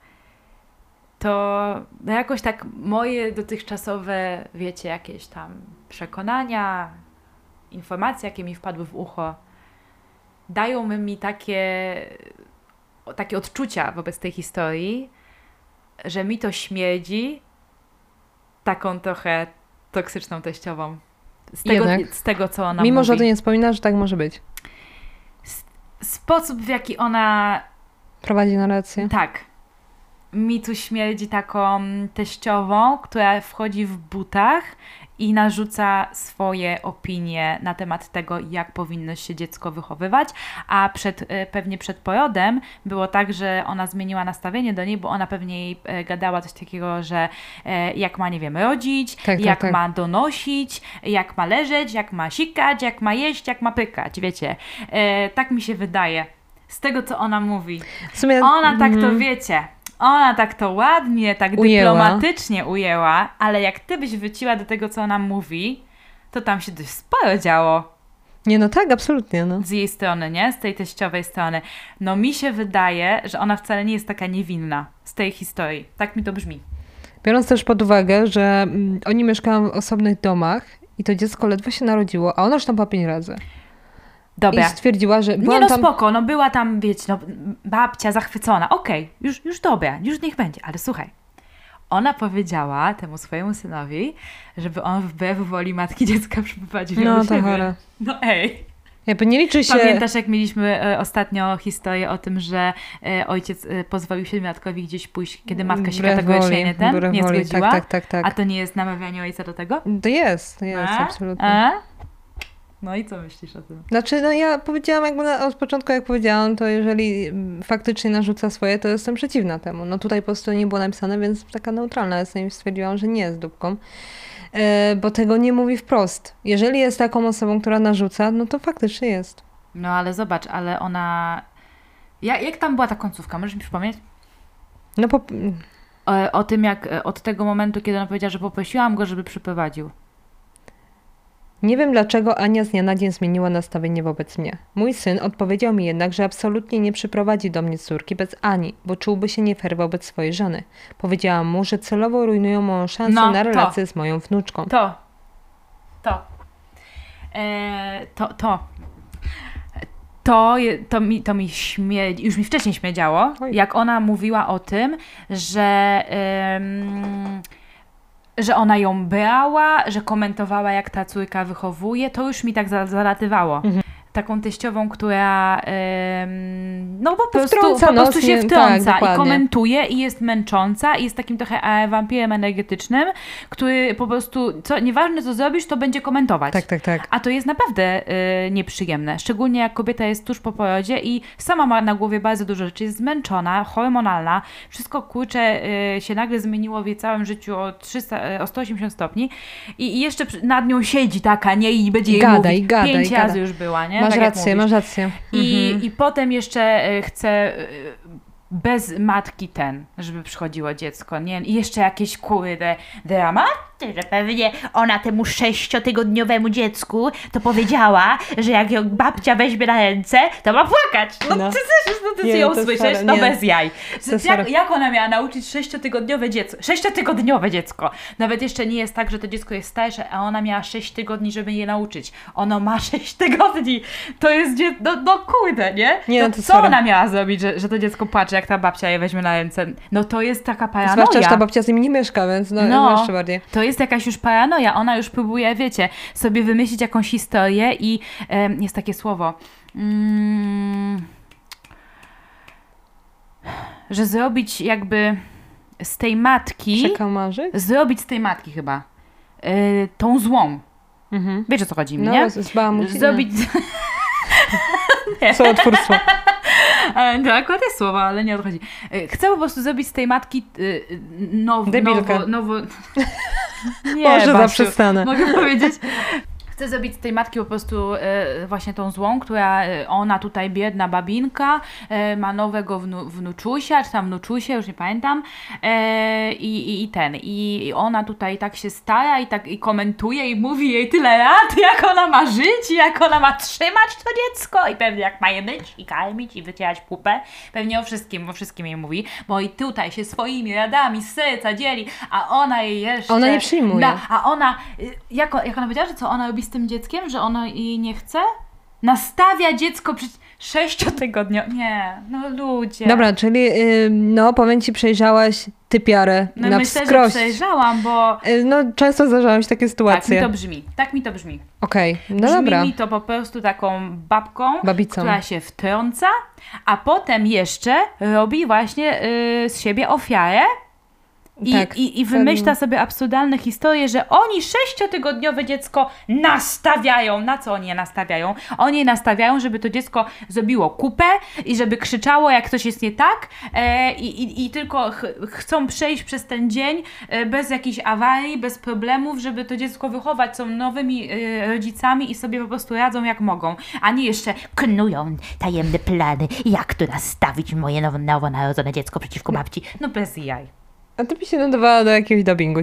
to no jakoś tak moje dotychczasowe, wiecie, jakieś tam przekonania, informacje, jakie mi wpadły w ucho, dają mi takie odczucia wobec tej historii, że mi to śmierdzi taką trochę toksyczną teściową. Z tego, co ona Mimo, mówi. że o tym nie wspomina, że tak może być. Sposób, w jaki ona Prowadzi narrację. Tak. Mi tu śmierdzi taką teściową, która wchodzi w butach i narzuca swoje opinie na temat tego, jak powinno się dziecko wychowywać, a pewnie przed porodem było tak, że ona zmieniła nastawienie do niej, bo ona pewnie jej gadała coś takiego, że jak ma, nie wiem, rodzić, jak ma donosić, jak ma leżeć, jak ma sikać, jak ma jeść, jak ma pykać, wiecie. Tak mi się wydaje. Z tego, co ona mówi. W sumie, ona tak to, wiecie, ona tak to ładnie, tak dyplomatycznie ujęła, ale jak ty byś wróciła do tego, co ona mówi, to tam się dość sporo działo. Nie, no tak, absolutnie. No. Z jej strony, nie? Z tej teściowej strony. No mi się wydaje, że ona wcale nie jest taka niewinna z tej historii. Tak mi to brzmi. Biorąc też pod uwagę, że oni mieszkają w osobnych domach i to dziecko ledwo się narodziło, a ona już tam była 5 razy. Dobra. I stwierdziła, że nie no tam... spoko, no była tam, wiecie, no babcia zachwycona. Okej, już dobra, już niech będzie, ale słuchaj. Ona powiedziała temu swojemu synowi, żeby on wbrew woli matki dziecka przyprowadził ją do siebie. Chore. No ej. Jakby nie liczy się... Pamiętasz, jak mieliśmy ostatnio historię o tym, że ojciec pozwolił siedmiolatkowi gdzieś pójść, kiedy matka się kategorycznie nie zgodziła? Tak. A to nie jest namawianie ojca do tego? To jest, absolutnie. No i co myślisz o tym? Znaczy, no ja powiedziałam jakby od początku, jak powiedziałam, to jeżeli faktycznie narzuca swoje, to jestem przeciwna temu. No tutaj po prostu nie było napisane, więc taka neutralna jestem i stwierdziłam, że nie jest dupką. Bo tego nie mówi wprost. Jeżeli jest taką osobą, która narzuca, no to faktycznie jest. No ale zobacz, ale ona... Jak tam była ta końcówka? Możesz mi przypomnieć? No o tym, jak od tego momentu, kiedy ona powiedziała, że poprosiłam go, żeby przyprowadził. Nie wiem, dlaczego Ania z dnia na dzień zmieniła nastawienie wobec mnie. Mój syn odpowiedział mi jednak, że absolutnie nie przyprowadzi do mnie córki bez Ani, bo czułby się nie fair wobec swojej żony. Powiedziałam mu, że celowo rujnują moją szansę na relację z moją wnuczką. To mi śmierdzi, już mi wcześniej śmierdziało, jak ona mówiła o tym, że ona ją brała, że komentowała, jak ta córka wychowuje, to już mi tak zalatywało. Taką teściową, która po prostu się wtrąca i komentuje i jest męcząca i jest takim trochę wampirem energetycznym, który po prostu, nieważne co zrobisz, to będzie komentować. Tak. A to jest naprawdę nieprzyjemne. Szczególnie jak kobieta jest tuż po porodzie i sama ma na głowie bardzo dużo rzeczy, jest zmęczona, hormonalna, wszystko kurczę się nagle zmieniło w jej całym życiu o 180 stopni i jeszcze nad nią siedzi taka, nie? I będzie jej mówić. 5 razy już była, nie? Masz rację. I potem jeszcze chce bez matki żeby przychodziło dziecko, nie? I jeszcze jakieś dramaty, że pewnie ona temu 6-tygodniowemu dziecku to powiedziała, że jak ją babcia weźmie na ręce, to ma płakać. Ty ją słyszysz? No bez jaj. Jak ona miała nauczyć 6-tygodniowe dziecko? Nawet jeszcze nie jest tak, że to dziecko jest starsze, a ona miała 6 tygodni, żeby je nauczyć. Ono ma 6 tygodni. To jest kurde, nie? Co ona miała zrobić, że to dziecko płacze, jak ta babcia je weźmie na ręce? No to jest taka paranoja. Zwłaszcza, że ta babcia z nim nie mieszka, więc jeszcze bardziej. To jest jakaś już paranoja. Ona już próbuje, wiecie, sobie wymyślić jakąś historię i jest takie słowo, że zrobić jakby z tej matki... Przekamarzyć? Zrobić z tej matki chyba. Tą złą. Wiesz, o co chodzi mi, nie? Zrobić... Słowotwórstwo. To akurat jest słowo, ale nie odchodzi. Chcę po prostu zrobić z tej matki debilkę. Nie, Może zaprzestanę. Mogę powiedzieć? Chcę zrobić z tej matki po prostu właśnie tą złą, która ona tutaj biedna babinka, ma nowego wnuczusia, czy tam wnuczusie, już nie pamiętam. I ona tutaj tak się stara i komentuje i mówi jej tyle lat, jak ona ma żyć i jak ona ma trzymać to dziecko i pewnie jak ma je myć i karmić i wycierać pupę. Pewnie o wszystkim jej mówi, bo i tutaj się swoimi radami z serca dzieli, a ona jej jeszcze... Ona nie przyjmuje. A ona, jak ona powiedziała, że co ona robi z tym dzieckiem, że ona jej nie chce? Nastawia dziecko przy 6-tygodniowe. Nie, no ludzie. Dobra, czyli no powiem ci, przejrzałaś typiarę no na myślę, wskroś. że przejrzałam, bo... No często zdarzają się takie sytuacje. Tak mi to brzmi. Okej, no brzmi dobra. mi to po prostu taką Babicą. która się wtrąca, a potem jeszcze robi właśnie z siebie ofiarę. I wymyśla sobie absurdalne historie, że oni 6-tygodniowe dziecko nastawiają. Na co oni je nastawiają? Oni je nastawiają, żeby to dziecko zrobiło kupę i żeby krzyczało, jak coś jest nie tak i tylko chcą przejść przez ten dzień bez jakichś awarii, bez problemów, żeby to dziecko wychować. Są nowymi rodzicami i sobie po prostu radzą jak mogą, a nie jeszcze Knują tajemne plany, jak tu nastawić moje nowonarodzone dziecko przeciwko babci. no bez jaj. A ty by się nadawała do jakiegoś dubbingu.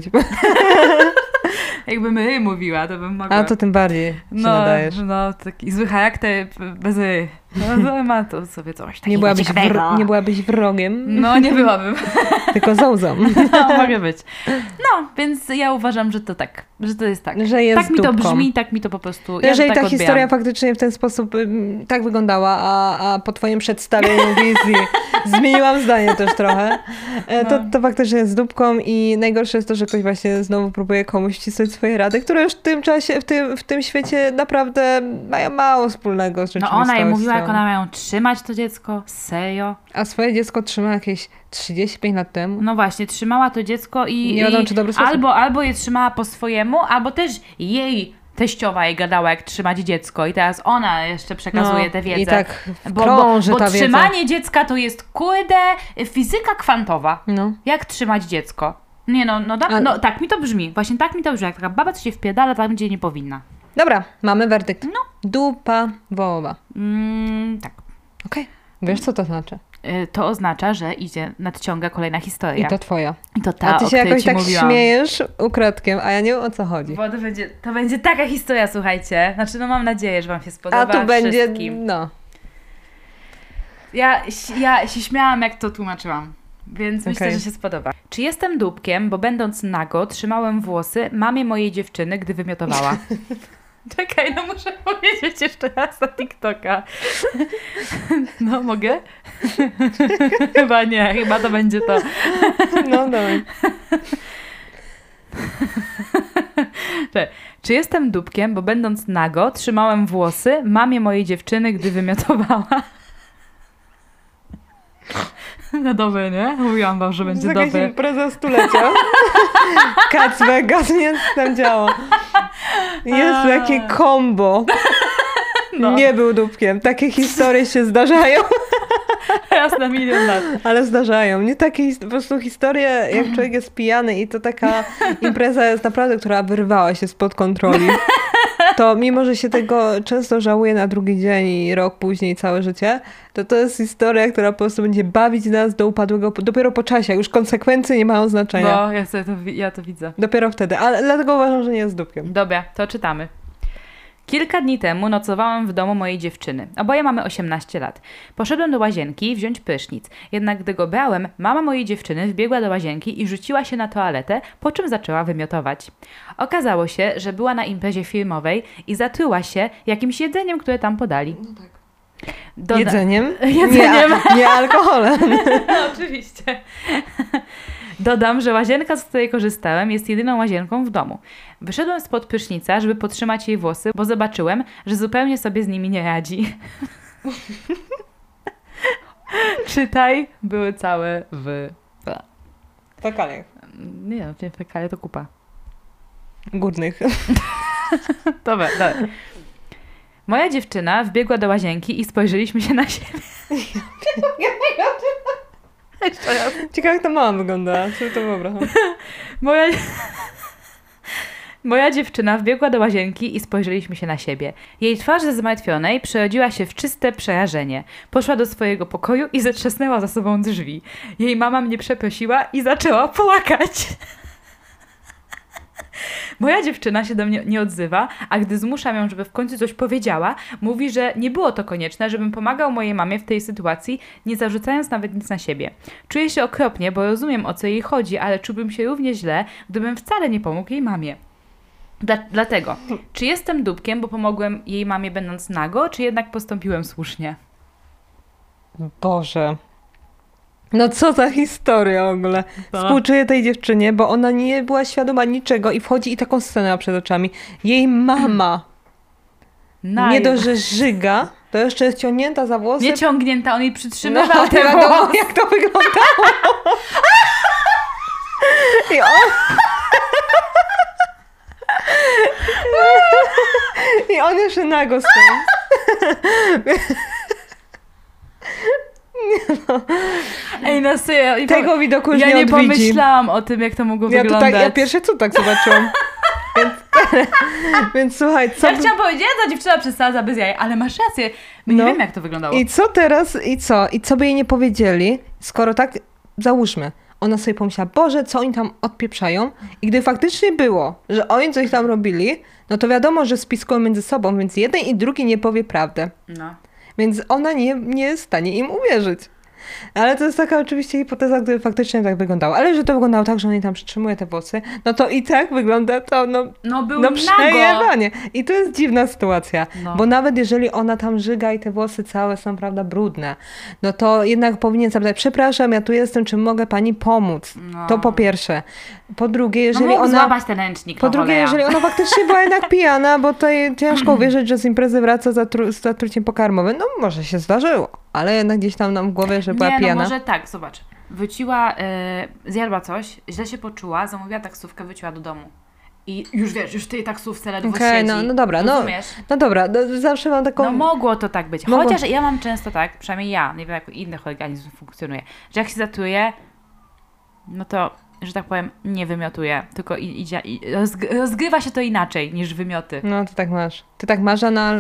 Jakbym mówiła, to bym mogła. A to tym bardziej się nadajesz. No, taki zły charakter bez no, ma to sobie coś takiego Nie byłabyś wrogiem, No, nie byłabym. tylko zołzą. No, mogę być. No, więc ja uważam, że to tak, że to jest tak. Że jest tak mi to dupką. brzmi, tak mi to po prostu... Jeżeli ja ta tak historia faktycznie w ten sposób tak wyglądała, a po twoim przedstawieniu wizji zmieniłam zdanie też trochę, to faktycznie jest dupką i najgorsze jest to, że ktoś właśnie znowu próbuje komuś wcisnąć swoje rady, które już w tym czasie, w tym świecie naprawdę mają mało wspólnego z No rzeczywistością. ona jej mówiła, jak ona mają trzymać to dziecko. Serio? A swoje dziecko trzyma jakieś 35 lat temu. No właśnie, trzymała to dziecko i... Nie wiadomo, czy dobry sposób. Albo je trzymała po swojemu, albo też jej teściowa jej gadała, jak trzymać dziecko i teraz ona jeszcze przekazuje tę wiedzę. I tak bo krąży ta wiedza. trzymanie dziecka to jest, kurde, fizyka kwantowa. No. Jak trzymać dziecko? Nie no, tak mi to brzmi. Właśnie tak mi to brzmi. Jak taka baba, co się wpierdala tam, gdzie nie powinna. Dobra, mamy werdykt. No. Dupa wołowa. Tak. Okej. Wiesz, co to znaczy? To oznacza, że nadciąga kolejna historia. I to twoja. I to ta, A ty się o której jakoś ci tak mówiłam. śmiejesz ukradkiem, a ja nie wiem, o co chodzi. Bo to będzie taka historia, słuchajcie. Znaczy, no mam nadzieję, że wam się spodoba. A tu będzie, wszystkim. no. Ja się śmiałam, jak to tłumaczyłam. Więc myślę, Okej. że się spodoba. Czy jestem dupkiem, bo będąc nago trzymałem włosy mamie mojej dziewczyny, gdy wymiotowała? Czekaj, no muszę powiedzieć jeszcze raz na TikToka. No, mogę? Chyba nie, chyba to będzie to. No, dawaj. Czy jestem dupkiem, bo będąc nago trzymałem włosy mamie mojej dziewczyny, gdy wymiotowała? No dobre, nie? Mówiłam wam, że będzie Jakaś dobre. impreza stulecia. Cats Vegas, nie tam działa. Jezu, jakie kombo. No. Nie był dupkiem. Takie historie się zdarzają. Raz na milion lat. Ale zdarzają. Nie takie po prostu historie, jak człowiek jest pijany i to taka impreza jest naprawdę, która wyrwała się spod kontroli. To mimo, że się tego często żałuje na drugi dzień i rok później całe życie, to jest historia, która po prostu będzie bawić nas do upadłego dopiero po czasie, jak już konsekwencje nie mają znaczenia. No, ja to widzę. Dopiero wtedy. Ale dlatego uważam, że nie jest dupkiem. Dobra, to czytamy. Kilka dni temu nocowałam w domu mojej dziewczyny. Oboje mamy 18 lat. Poszedłem do łazienki wziąć prysznic. Jednak gdy go brałem, mama mojej dziewczyny wbiegła do łazienki i rzuciła się na toaletę, po czym zaczęła wymiotować. Okazało się, że była na imprezie filmowej i zatruła się jakimś jedzeniem, które tam podali. No tak. Jedzeniem? Jedzeniem. Nie alkoholem. No, oczywiście. Dodam, że łazienka, z której korzystałem, jest jedyną łazienką w domu. Wyszedłem spod prysznica, żeby podtrzymać jej włosy, bo zobaczyłem, że zupełnie sobie z nimi nie radzi. Czytaj, były całe w... Fekaliach. Nie, fekalie to kupa. Górnych. Dobra. Moja dziewczyna wbiegła do łazienki i spojrzeliśmy się na siebie. Jeszcze raz. Ciekawe, jak ta mama wygląda. Co to wyobrażam? Moja dziewczyna wbiegła do łazienki i spojrzeliśmy się na siebie. Jej twarz ze zmartwionej przerodziła się w czyste przerażenie. Poszła do swojego pokoju i zatrzasnęła za sobą drzwi. Jej mama mnie przeprosiła i zaczęła płakać. Moja dziewczyna się do mnie nie odzywa, a gdy zmuszam ją, żeby w końcu coś powiedziała, mówi, że nie było to konieczne, żebym pomagał mojej mamie w tej sytuacji, nie zarzucając nawet nic na siebie. Czuję się okropnie, bo rozumiem, o co jej chodzi, ale czułbym się równie źle, gdybym wcale nie pomógł jej mamie. Dlatego, czy jestem dupkiem, bo pomogłem jej mamie będąc nago, czy jednak postąpiłem słusznie? Boże. No co za historia w ogóle. Co? Współczuję tej dziewczynie, bo ona nie była świadoma niczego i wchodzi i taką scenę ma przed oczami. Jej mama nie dość, że żyga, to jeszcze jest ciągnięta za włosy. Nie ciągnięta, on jej No, przytrzymywał te wiadomo, włosy. jak to wyglądało. I on jeszcze nago stał. Ej, no serio. Tego widoku już ja nie nie odwiedzi. pomyślałam o tym, jak to mogło wyglądać. Ja pierwszy cud tak zobaczyłam. Więc słuchaj, co... Ja chciałam powiedzieć, ta dziewczyna przesadza bez jaj, ale masz rację. My nie wiemy, jak to wyglądało. I co teraz? I co? I co by jej nie powiedzieli, skoro tak, załóżmy, ona sobie pomyślała, Boże, co oni tam odpieprzają? I gdy faktycznie było, że oni coś tam robili, no to wiadomo, że spiskują między sobą, więc jeden i drugi nie powie prawdę. No. Więc ona nie jest w stanie im uwierzyć. Ale to jest taka oczywiście hipoteza, gdyby faktycznie tak wyglądało. Ale że to wyglądało tak, że on jej tam przytrzymuje te włosy, no to i tak wygląda to, Był no nago. przejebanie. I to jest dziwna sytuacja. No. Bo nawet jeżeli ona tam żyga i te włosy całe są, prawda, brudne, no to jednak powinien zapytać, przepraszam, ja tu jestem, czy mogę pani pomóc? No. To po pierwsze. Po drugie, jeżeli mógł ona... złapać ten ręcznik. Po no drugie, cholera. jeżeli ona faktycznie była jednak pijana, bo to jej ciężko uwierzyć, że z imprezy wraca z zatruciem pokarmowym. No może się zdarzyło, ale jednak gdzieś tam nam w głowie, że była Nie, pijana. no może tak, zobacz. Wyciła, zjadła coś, źle się poczuła, zamówiła taksówkę, wyciła do domu. I już wiesz, już w tej taksówce ledwo Okej, siedzi. no dobra, rozumiesz? no dobra, zawsze mam taką... No mogło to tak być. Mogło. Chociaż ja mam często tak, przynajmniej ja, nie wiem jak innych organizm funkcjonuje, że jak się zatruje, no to, że tak powiem, nie wymiotuje, tylko idzie i rozgrywa się to inaczej niż wymioty. No, ty tak masz. Ty tak masz, Anal.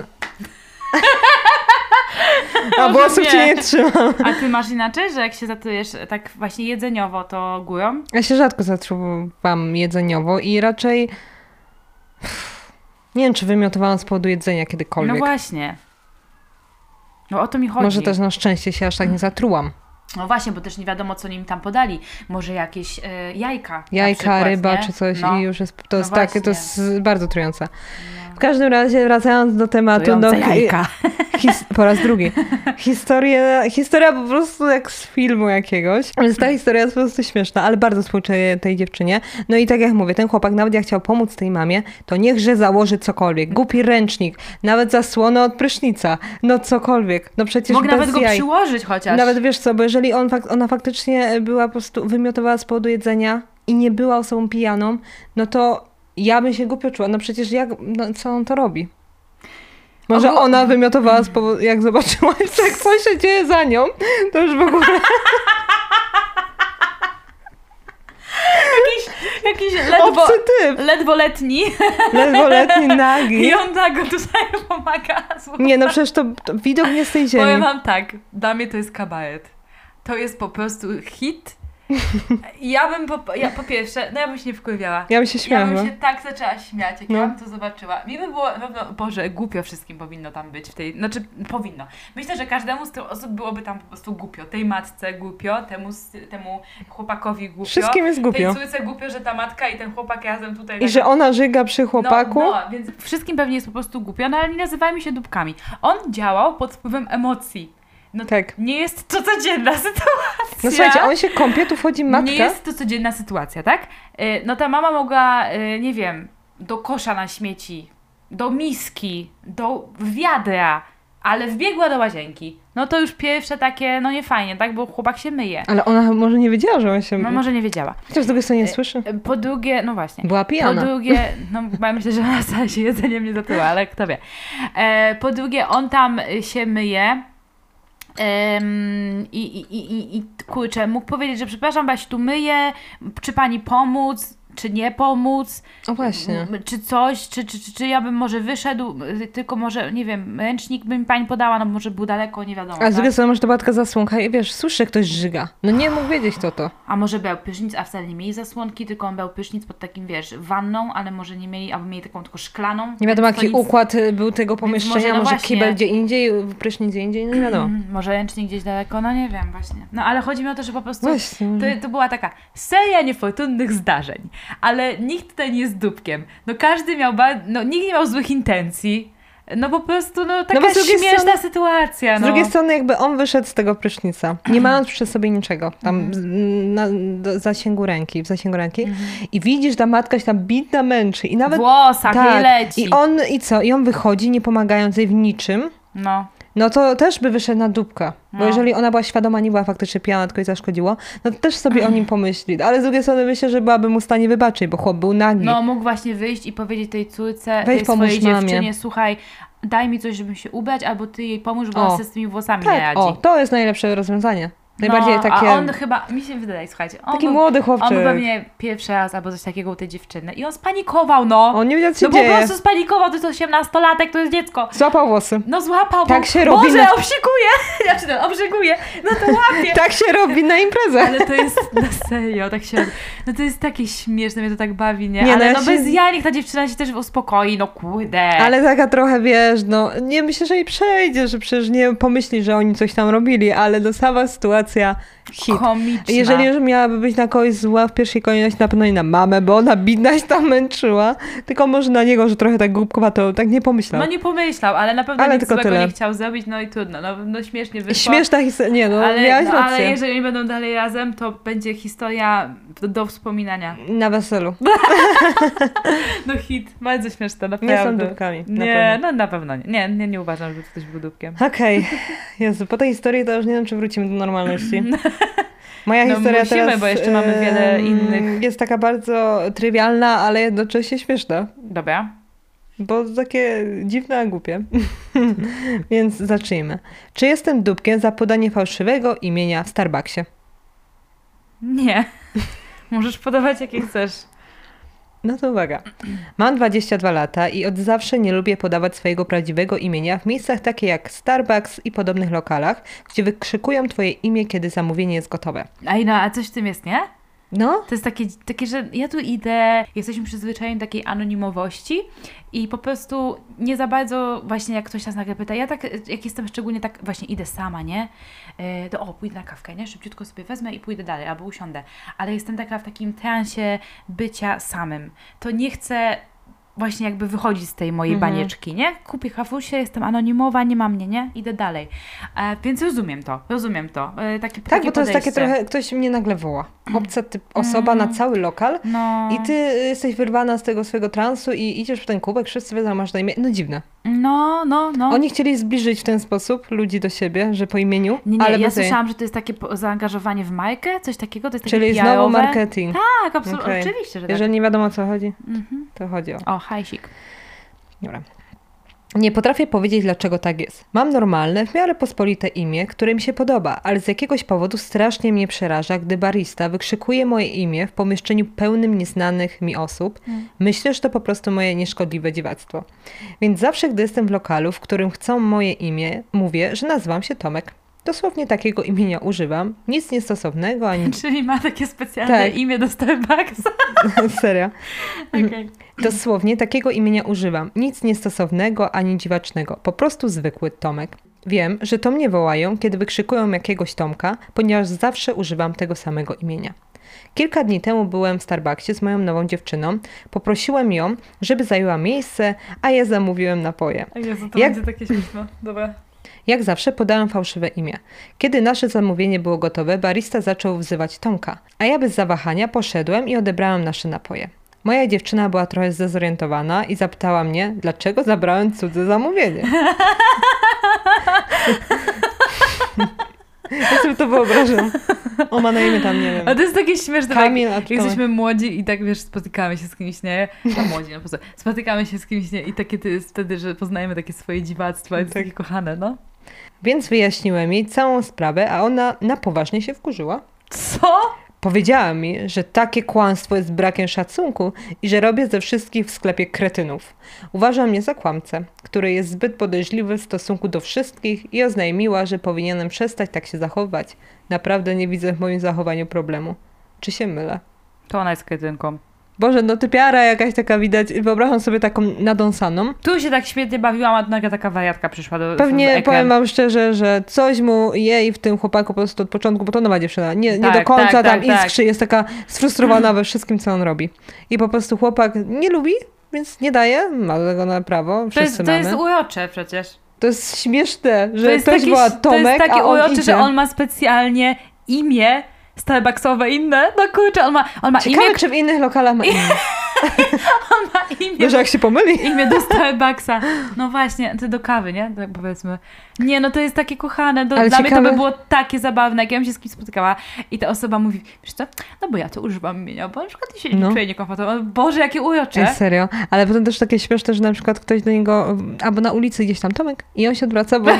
A Może włosów nie. cię nie trzymam. A ty masz inaczej, że jak się zatrujesz tak właśnie jedzeniowo, to górą? Ja się rzadko zatruwam jedzeniowo i raczej... Nie wiem, czy wymiotowałam z powodu jedzenia kiedykolwiek. No właśnie. No o to mi chodzi. Może też na szczęście się aż tak nie zatrułam. No właśnie, bo też nie wiadomo, co nim tam podali. Może jakieś jajka. na Jajka, przykład, ryba nie? czy coś No. i już jest... To No jest takie, to właśnie. jest bardzo trujące. W każdym razie, wracając do tematu... Trujące jajka. Po raz drugi. Historia po prostu jak z filmu jakiegoś. Więc ta historia jest po prostu śmieszna, ale bardzo współczuję tej dziewczynie. No i tak jak mówię, ten chłopak nawet jak chciał pomóc tej mamie, to niechże założy cokolwiek. Głupi ręcznik, nawet zasłonę od prysznica, no cokolwiek. No przecież Mógł bez nawet go jaj. przyłożyć chociaż. Nawet wiesz co, bo jeżeli ona faktycznie była po prostu wymiotowała z powodu jedzenia i nie była osobą pijaną, no to ja bym się głupio czuła. No przecież co on to robi? Może ona wymiotowała z powodu, jak zobaczyła, jak coś się dzieje za nią, to już w ogóle... Jakiś ledwo, Obcy typ. ledwoletni. Ledwoletni, nagi. I on tak go tutaj pomaga. Nie, no przecież to widok nie z tej ziemi. Powiem wam tak, dla mnie to jest kabaret. To jest po prostu hit. Ja po pierwsze, no ja bym się nie wkurwiała. Ja bym się śmiała. Ja bym się tak zaczęła śmiać, jak No. ja bym to zobaczyła. Mi by było, no, Boże, głupio wszystkim powinno tam być w tej, znaczy powinno. Myślę, że każdemu z tych osób byłoby tam po prostu głupio. Tej matce głupio, temu chłopakowi głupio. Wszystkim jest głupio. Tej córce głupio, że ta matka i ten chłopak razem tutaj... I że ona żyga przy chłopaku. No, więc wszystkim pewnie jest po prostu głupio, no ale nie nazywajmy się dupkami. On działał pod wpływem emocji. No Tak. nie jest to codzienna sytuacja. No słuchajcie, on się kąpie, tu wchodzi matka. Nie jest to codzienna sytuacja, tak? No ta mama mogła, nie wiem, do kosza na śmieci, do miski, do wiadra, ale wbiegła do łazienki. No to już pierwsze takie, no nie fajnie, tak? Bo chłopak się myje. Ale ona może nie wiedziała, że on się... No może nie wiedziała. Chociaż z drugiej strony nie słyszy. Po drugie, no właśnie. Była pijana. Po drugie, no bo ja myślę, że ona sama się jedzeniem nie zatruła, ale kto wie. Po drugie, on tam się myje. I kurczę, mógł powiedzieć, że przepraszam, bo ja się tu myję, czy pani pomóc? czy nie pomóc, O właśnie. czy coś, czy ja bym może wyszedł, tylko może, nie wiem, ręcznik by mi pani podała, no może był daleko, nie wiadomo, A z drugiej tak? strony może to była taka zasłonka i wiesz, słyszę, jak ktoś żyga. No nie mógł wiedzieć kto to. A może brał prysznic, a wcale nie mieli zasłonki, tylko on brał prysznic pod takim, wiesz, wanną, ale może nie mieli, albo mieli taką tylko szklaną. Nie wiadomo więc to jaki nic- układ był tego pomieszczenia, no może właśnie. kibel gdzie indziej, prysznic gdzie indziej, no nie wiadomo. Może ręcznik gdzieś daleko, no nie wiem właśnie. No ale chodzi mi o to, że po prostu Właśnie. to była taka seria niefortunnych zdarzeń, ale nikt tutaj nie jest dupkiem. No każdy miał, nikt nie miał złych intencji. No po prostu, taka bo z drugiej śmieszna strony- sytuacja, Z no. drugiej strony jakby on wyszedł z tego prysznica, nie mając przy sobie niczego, tam w zasięgu ręki i widzisz, ta matka się tam bitna męczy i nawet... Włosach jej leci. I co? I on wychodzi, nie pomagając jej w niczym, No. no to też by wyszedł na dupkę. Bo No. jeżeli ona była świadoma, nie była faktycznie pijana, tylko jej zaszkodziło, no to też sobie o nim pomyśli. Ale z drugiej strony myślę, że byłaby mu w stanie wybaczyć, bo chłop był nagi. No mógł właśnie wyjść i powiedzieć tej córce, Weź tej pomóż swojej mamie. dziewczynie, słuchaj, daj mi coś, żebym się ubrać, albo ty jej pomóż, bo O. ona sobie z tymi włosami nie Tak, radzi. o, to jest najlepsze rozwiązanie. Najbardziej takie... A on chyba, mi się wydaje, słuchajcie, Taki młody on chłopczyk. był pewnie pierwszy raz albo coś takiego u tej dziewczyny i on spanikował, no. On nie wiedział, co się No po dzieje. prostu spanikował, to jest 18-latek, to jest dziecko. Złapał włosy. No złapał, Tak bo, się robi Boże, na- obsikuje! Znaczy, obrzyguje, no to łapie. Tak się robi na imprezę. Ale to jest, na serio, tak się robi. No to jest takie śmieszne, mnie to tak bawi, nie? Nie, Ale no ja no się- bez jaj, niech ta dziewczyna się też uspokoi, no kurde. Ale taka trochę, wiesz, no nie myślę, że jej przejdzie, że przecież nie pomyśli, że oni coś tam robili, ale no sama sytuacja hit. Komiczna. Jeżeli już miałaby być na kogoś zła w pierwszej kolejności, na pewno nie na mamę, bo ona bidna się tam męczyła, tylko może na niego, że trochę tak głupkowato, tak nie pomyślał. No nie pomyślał, ale na pewno Ale nic tylko złego tyle. nie chciał zrobić, no i trudno, no śmiesznie wyszło. Śmieszna historia, nie no, ale, miałaś ale rację. jeżeli oni będą dalej razem, to będzie historia do wspominania. Na weselu. No hit, bardzo śmieszne, Nie naprawdę. są dupkami, na Nie, pewno. no na pewno nie. Nie uważam, żeby ktoś był dupkiem. Okej. Jezu, po tej historii to już nie wiem, czy wrócimy do normalności. Moja No historia musimy, teraz bo jeszcze mamy wiele innych. jest taka bardzo trywialna, ale jednocześnie śmieszna. Dobra. Bo takie dziwne, a głupie. Więc zacznijmy. Czy jestem dupkiem za podanie fałszywego imienia w Starbucksie? Nie. Możesz podawać jakie chcesz. No to uwaga. Mam 22 lata i od zawsze nie lubię podawać swojego prawdziwego imienia w miejscach takie jak Starbucks i podobnych lokalach, gdzie wykrzykują twoje imię, kiedy zamówienie jest gotowe. A coś w tym jest, nie? No, To jest takie, że ja tu idę, jesteśmy przyzwyczajeni do takiej anonimowości i po prostu nie za bardzo właśnie jak ktoś nas nagle pyta, ja tak, jak jestem szczególnie tak właśnie idę sama, nie? To pójdę na kawkę, nie? Szybciutko sobie wezmę i pójdę dalej, albo usiądę. Ale jestem taka w takim transie bycia samym. To nie chcę właśnie jakby wychodzić z tej mojej banieczki, nie? Kupię kawusie, jestem anonimowa, nie ma mnie, nie? Idę dalej. Więc rozumiem to. Takie tak, bo to jest takie podejście. trochę, ktoś mnie nagle woła. Obca osoba na cały lokal No. i ty jesteś wyrwana z tego swojego transu i idziesz w ten kubek, wszyscy wiedzą, masz na imię. No dziwne. No. Oni chcieli zbliżyć w ten sposób ludzi do siebie, że po imieniu, Nie, ale ja bez jej. słyszałam, że to jest takie zaangażowanie w markę, coś takiego, to jest takie Czyli PR-owe. znowu marketing. Tak, absolutnie, Okej. oczywiście, że Jeżeli nie wiadomo o co chodzi, tak. to chodzi o... O, hajsik. Dobra. Nie potrafię powiedzieć, dlaczego tak jest. Mam normalne, w miarę pospolite imię, które mi się podoba, ale z jakiegoś powodu strasznie mnie przeraża, gdy barista wykrzykuje moje imię w pomieszczeniu pełnym nieznanych mi osób. Myślę, że to po prostu moje nieszkodliwe dziwactwo. Więc zawsze, gdy jestem w lokalu, w którym chcą moje imię, mówię, że nazywam się Tomek. Dosłownie takiego imienia używam. Nic niestosownego, ani... Czyli ma takie specjalne Tak. imię do Starbucksa. Serio. Okej. Dosłownie takiego imienia używam. Nic niestosownego ani dziwacznego. Po prostu zwykły Tomek. Wiem, że to mnie wołają, kiedy wykrzykują jakiegoś Tomka, ponieważ zawsze używam tego samego imienia. Kilka dni temu byłem w Starbucksie z moją nową dziewczyną. Poprosiłem ją, żeby zajęła miejsce, a ja zamówiłem napoje. Jezu, to Jak- będzie takie śmieszne. Dobra. Jak zawsze podałem fałszywe imię. Kiedy nasze zamówienie było gotowe, barista zaczął wzywać Tomka, a ja bez zawahania poszedłem i odebrałem nasze napoje. Moja dziewczyna była trochę zdezorientowana i zapytała mnie, dlaczego zabrałem cudze zamówienie. Ja sobie to wyobrażam. O, ma na imię tam, nie wiem. A to jest takie śmieszne, Kamil, a jak czy jesteśmy młodzi i tak, wiesz, spotykamy się z kimś, nie? No młodzi, no po prostu. Spotykamy się z kimś, nie? I takie to jest wtedy, że poznajemy takie swoje dziwactwa, jest Tak. takie kochane, no. Więc wyjaśniłem jej całą sprawę, a ona na poważnie się wkurzyła. Co? Powiedziała mi, że takie kłamstwo jest brakiem szacunku i że robię ze wszystkich w sklepie kretynów. Uważa mnie za kłamcę, który jest zbyt podejrzliwy w stosunku do wszystkich i oznajmiła, że powinienem przestać tak się zachowywać. Naprawdę nie widzę w moim zachowaniu problemu. Czy się mylę? To ona jest kretynką. Boże, no typiara jakaś taka widać. Wyobrażam sobie taką nadąsaną. Tu się tak świetnie bawiłam, a nagle taka wariatka przyszła do Pewnie ekran. powiem wam szczerze, że coś mu jej w tym chłopaku po prostu od początku, bo to nowa dziewczyna, nie Tak, do końca tak, tam tak, iskrzy, jest taka sfrustrowana we wszystkim, co on robi. I po prostu chłopak nie lubi, więc nie daje, ma do tego na prawo, wszyscy To mamy. jest urocze przecież. To jest śmieszne, że To jest ktoś była to Tomek, jest takie a on urocze, idzie. że on ma specjalnie imię Starbucksowe inne. No kurczę, on ma Ciekawe, imię, czy w innych lokalach ma imię. on ma imię, Może jak się pomyli. imię do Starbucksa. No właśnie, to do kawy, nie? Tak powiedzmy. Nie, no to jest takie kochane. Ale Dla mnie to ciekawe- by było takie zabawne, jak ja bym się z kimś spotykała i ta osoba mówi, wiesz co, no bo ja to używam imienia, bo na przykład ty się No. nie czuję niekomfortowo. Boże, jakie urocze. Ej, serio. Ale potem też takie śmieszne, że na przykład ktoś do niego, albo na ulicy gdzieś tam, Tomek, i on się odwraca, bo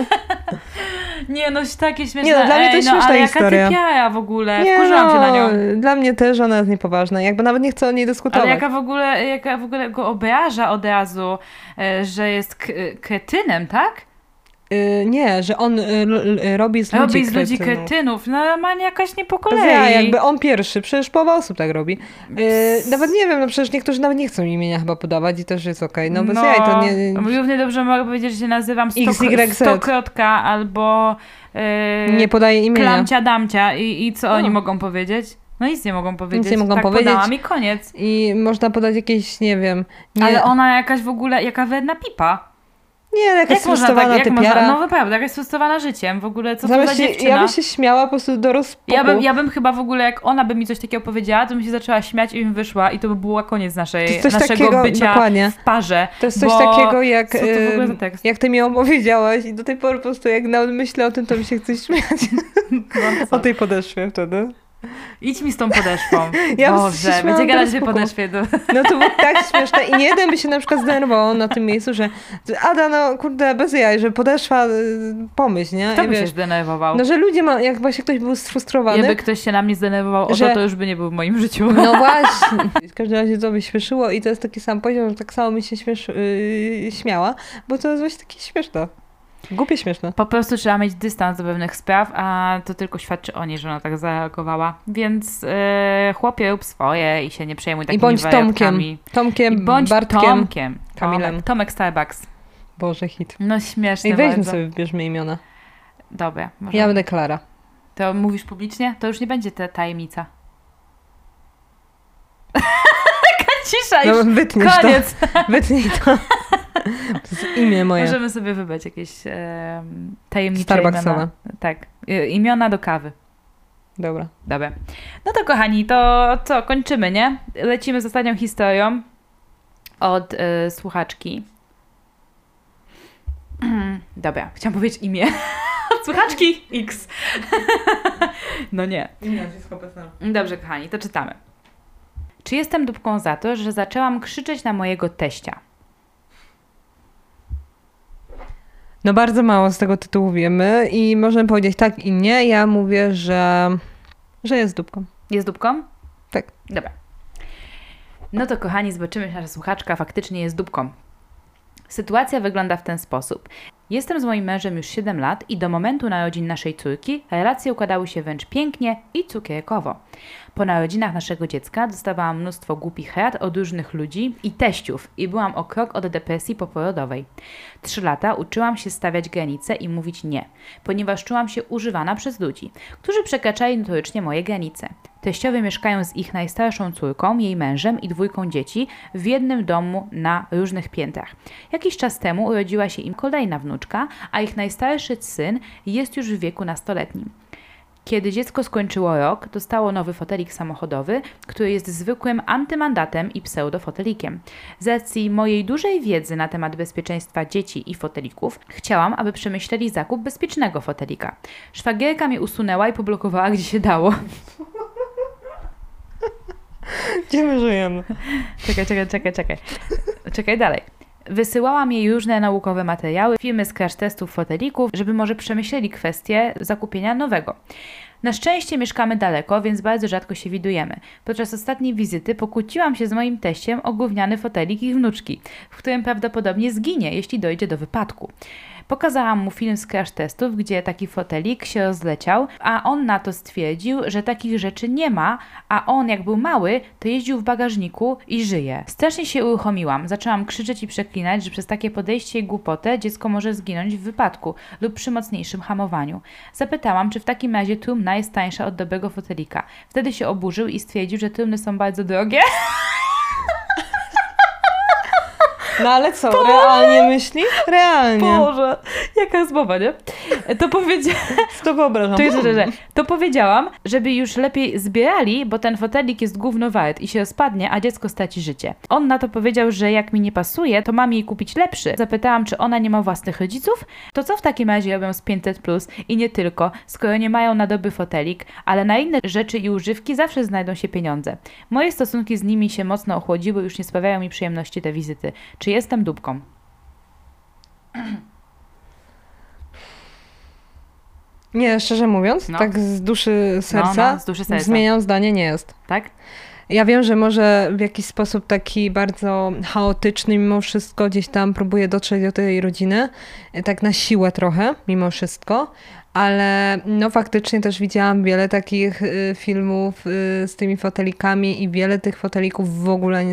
Nie, no takie śmieszne. Nie, no, dla mnie to jest śmieszna ale historia. jaka typiara w ogóle. nie, Wkurzyłam się na nią. dla mnie też ona jest niepoważna. Jakby nawet nie chcę o niej dyskutować. Ale jaka w ogóle go obraża od razu, że jest kretynem, tak? Nie, że on robi z ludzi Robi z ludzi kretynów. kretynów. No normalnie jakaś nie po To kolei. ja, jakby on pierwszy, przecież połowa osób tak robi. Nawet nie wiem, no przecież niektórzy nawet nie chcą imienia chyba podawać i też jest okej. No bez jaj, to nie... Równie dobrze mogę powiedzieć, że się nazywam XYZ. Stokrotka albo Nie podaje imienia. Klamcia Damcia i co oni No. mogą powiedzieć? No nic nie mogą powiedzieć. nie mogą tak powiedzieć. podałam i koniec. I można podać jakieś, nie wiem... Nie, Ale ona jakaś w ogóle, jaka wredna pipa. nie jakaś sfrustrowana typiara. No naprawdę, jakaś sfrustrowana życiem. W ogóle co to za Zamiast się, dziewczyna? ja bym się śmiała po prostu do rozpuku. Ja bym chyba w ogóle, jak ona by mi coś takiego powiedziała, to bym się zaczęła śmiać i bym wyszła i to by był koniec To jest coś naszego takiego, bycia dokładnie. w parze. To jest coś bo takiego jak, co to w ogóle za tekst? jak ty mi opowiedziałaś i do tej pory po prostu jak nawet myślę o tym, to mi się chce śmiać. co? O tej podeszwie wtedy. Idź mi z tą podeszwą. Ja się Boże, śmiałam będzie gadać do o rozpuku. podeszwie. No to było tak śmieszne i nie jeden by się na przykład zdenerwował na tym miejscu, że Ada, no kurde, bez jaj, że podeszła, pomyśl, nie? Kto I by się wiesz, zdenerwował? no, że ludzie jak właśnie ktoś był sfrustrowany. Jakby ktoś się na mnie zdenerwował o że- to już by nie był w moim życiu. No właśnie. W każdym razie to by śmieszyło i to jest taki sam poziom, że tak samo mi się śmiała, bo to jest właśnie takie śmieszne. Głupie śmieszne. Po prostu trzeba mieć dystans do pewnych spraw, a to tylko świadczy o niej, że ona tak zareagowała. Więc chłopie, rób swoje i się nie przejmuj I takimi bądź Tomkiem. wariatkami. Tomkiem, I bądź Bartkiem, Tomkiem. Kamilem. Tomek Starbucks. Boże, hit. No śmieszne I weźmy bardzo. sobie, wybierzmy imiona. Dobra. Może. Ja będę Klara. To mówisz publicznie? To już nie będzie ta tajemnica. Cisza No, już. wytniesz Koniec. to. Wytnij to. To jest imię moje. Możemy sobie wybrać jakieś tajemnicze Starbucksowe. imiona. Tak. Imiona do kawy. Dobra. Dobra. No to kochani, to co? Kończymy, nie? Lecimy z ostatnią historią od słuchaczki. Dobra, chciałam powiedzieć imię. Od słuchaczki X. No nie. Dobrze, kochani, to czytamy. Czy jestem dupką za to, że zaczęłam krzyczeć na mojego teścia? No bardzo mało z tego tytułu wiemy i możemy powiedzieć tak i nie. Ja mówię, że jest dupką. Jest dupką? Tak. Dobra. No to kochani, zobaczymy, czy nasza słuchaczka faktycznie jest dupką. Sytuacja wygląda w ten sposób. Jestem z moim mężem już 7 lat i do momentu narodzin naszej córki relacje układały się wręcz pięknie i cukierkowo. Po narodzinach naszego dziecka dostawałam mnóstwo głupich rad od różnych ludzi i teściów i byłam o krok od depresji poporodowej. 3 lata uczyłam się stawiać granice i mówić nie, ponieważ czułam się używana przez ludzi, którzy przekraczali notorycznie moje granice. Teściowie mieszkają z ich najstarszą córką, jej mężem i 2 dzieci w jednym domu na różnych piętrach. Jakiś czas temu urodziła się im kolejna wnuczka, a ich najstarszy syn jest już w wieku nastoletnim. Kiedy dziecko skończyło rok, dostało nowy fotelik samochodowy, który jest zwykłym antymandatem i pseudofotelikiem. Z racji mojej dużej wiedzy na temat bezpieczeństwa dzieci i fotelików, chciałam, aby przemyśleli zakup bezpiecznego fotelika. Szwagierka mnie usunęła i poblokowała, gdzie się dało. Gdzie my żyjemy? Czekaj. Czekaj dalej. Wysyłałam jej różne naukowe materiały, filmy z crash testów fotelików, żeby może przemyśleli kwestię zakupienia nowego. Na szczęście mieszkamy daleko, więc bardzo rzadko się widujemy. Podczas ostatniej wizyty pokłóciłam się z moim teściem o gówniany fotelik ich wnuczki, w którym prawdopodobnie zginie, jeśli dojdzie do wypadku. Pokazałam mu film z crash testów, gdzie taki fotelik się rozleciał, a on na to stwierdził, że takich rzeczy nie ma, a on jak był mały, to jeździł w bagażniku i żyje. Strasznie się uruchomiłam, zaczęłam krzyczeć i przeklinać, że przez takie podejście i głupotę dziecko może zginąć w wypadku lub przy mocniejszym hamowaniu. Zapytałam, czy w takim razie trumna jest tańsza od dobrego fotelika. Wtedy się oburzył i stwierdził, że trumny są bardzo drogie. No ale co, realnie myśli? Realnie. Boże, jaka jest mowa, nie? To powiedziałam... To wyobrażam. To powiedziałam, żeby już lepiej zbierali, bo ten fotelik jest gówno wart i się rozpadnie, a dziecko straci życie. On na to powiedział, że jak mi nie pasuje, to mam jej kupić lepszy. Zapytałam, czy ona nie ma własnych rodziców? To co w takim razie robią z 500+ i nie tylko, skoro nie mają na dobry fotelik, ale na inne rzeczy i używki zawsze znajdą się pieniądze. Moje stosunki z nimi się mocno ochłodziły, już nie sprawiają mi przyjemności te wizyty. Czy jestem dupką? Nie, szczerze mówiąc, No. tak z duszy serca, z duszy serca. zmieniam zdanie, nie jest. Tak? Ja wiem, że może w jakiś sposób taki bardzo chaotyczny mimo wszystko gdzieś tam próbuję dotrzeć do tej rodziny, tak na siłę trochę mimo wszystko, ale no faktycznie też widziałam wiele takich filmów z tymi fotelikami i wiele tych fotelików w ogóle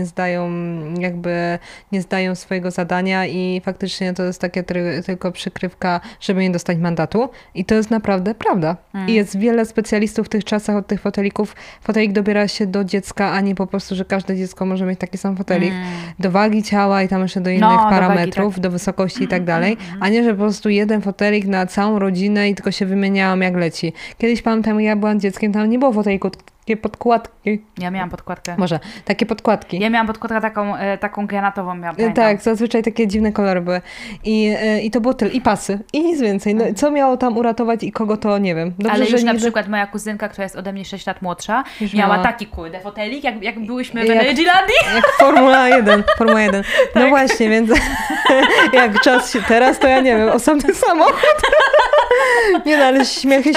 nie zdają swojego zadania i faktycznie to jest takie tylko przykrywka, żeby nie dostać mandatu i to jest naprawdę prawda. I jest wiele specjalistów w tych czasach od tych fotelików. Fotelik dobiera się do dziecka, a nie po prostu, że każde dziecko może mieć taki sam fotelik. Do wagi ciała i tam jeszcze do innych do wagi, parametrów, tak. do wysokości i tak dalej, a nie, że po prostu jeden fotelik na całą rodzinę i tylko się wymieniałam jak leci. Kiedyś pamiętam, jak ja byłam dzieckiem, tam nie było foteliku, takie podkładki. Ja miałam podkładkę. Może, takie podkładki. Ja miałam podkładkę taką granatową. Pamiętam. Tak, zazwyczaj takie dziwne kolory były. I to było tyle. I pasy. I nic więcej. No, co miało tam uratować i kogo to nie wiem. Dobrze, ale już że na nigdy... przykład moja kuzynka, która jest ode mnie 6 lat młodsza, Już miała miała. taki fotelik, jak byłyśmy w Jak- Energylandii. Jak Formuła 1. Formuła 1. No właśnie, więc jak czas się teraz, to ja nie wiem, osobny samochód. Nie no, ale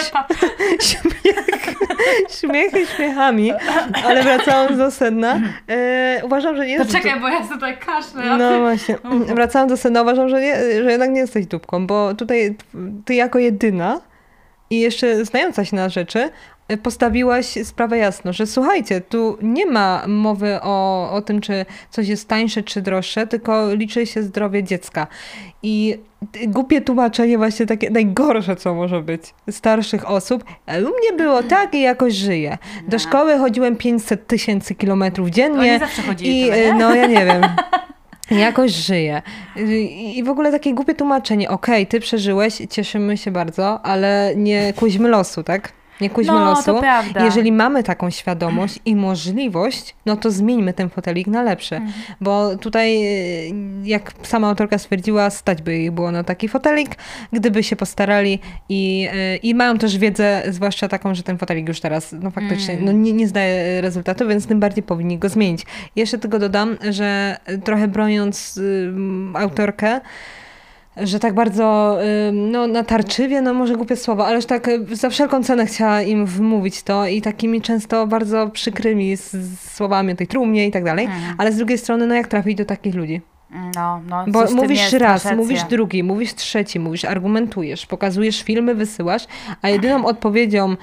śmiechy śmiechami, ale wracając do sedna, uważam, że nie To jest... czekaj, bo ja tutaj kaszlę. No właśnie, wracając do sedna, uważam, że jednak nie jesteś dupką, bo tutaj ty jako jedyna i jeszcze znająca się na rzeczy, postawiłaś sprawę jasno, że słuchajcie, tu nie ma mowy o tym, czy coś jest tańsze, czy droższe, tylko liczy się zdrowie dziecka. I głupie tłumaczenie właśnie takie najgorsze, co może być starszych osób. U mnie było tak i jakoś żyję. Do szkoły chodziłem 500 000 kilometrów dziennie. Oni zawsze chodzili I tyle, nie? no ja nie wiem. Jakoś żyję. I w ogóle takie głupie tłumaczenie. Okej, ty przeżyłeś, cieszymy się bardzo, ale nie kuźmy losu, tak? Nie kuźmy No, losu. to prawda. Jeżeli mamy taką świadomość i możliwość, no to zmieńmy ten fotelik na lepszy. Bo tutaj, jak sama autorka stwierdziła, stać by ich było na taki fotelik, gdyby się postarali i mają też wiedzę, zwłaszcza taką, że ten fotelik już teraz no faktycznie nie zdaje rezultatu, więc tym bardziej powinni go zmienić. Jeszcze tylko dodam, że trochę broniąc autorkę, że tak bardzo no, natarczywie, no może głupie słowa, ale że tak za wszelką cenę chciała im wmówić to i takimi często bardzo przykrymi słowami o tej trumnie i tak dalej, ale z drugiej strony, no jak trafić do takich ludzi? No, Bo coś w tym mówisz jest, raz, masz rację. mówisz drugi, mówisz trzeci, mówisz, argumentujesz, pokazujesz filmy, wysyłasz, a jedyną odpowiedzią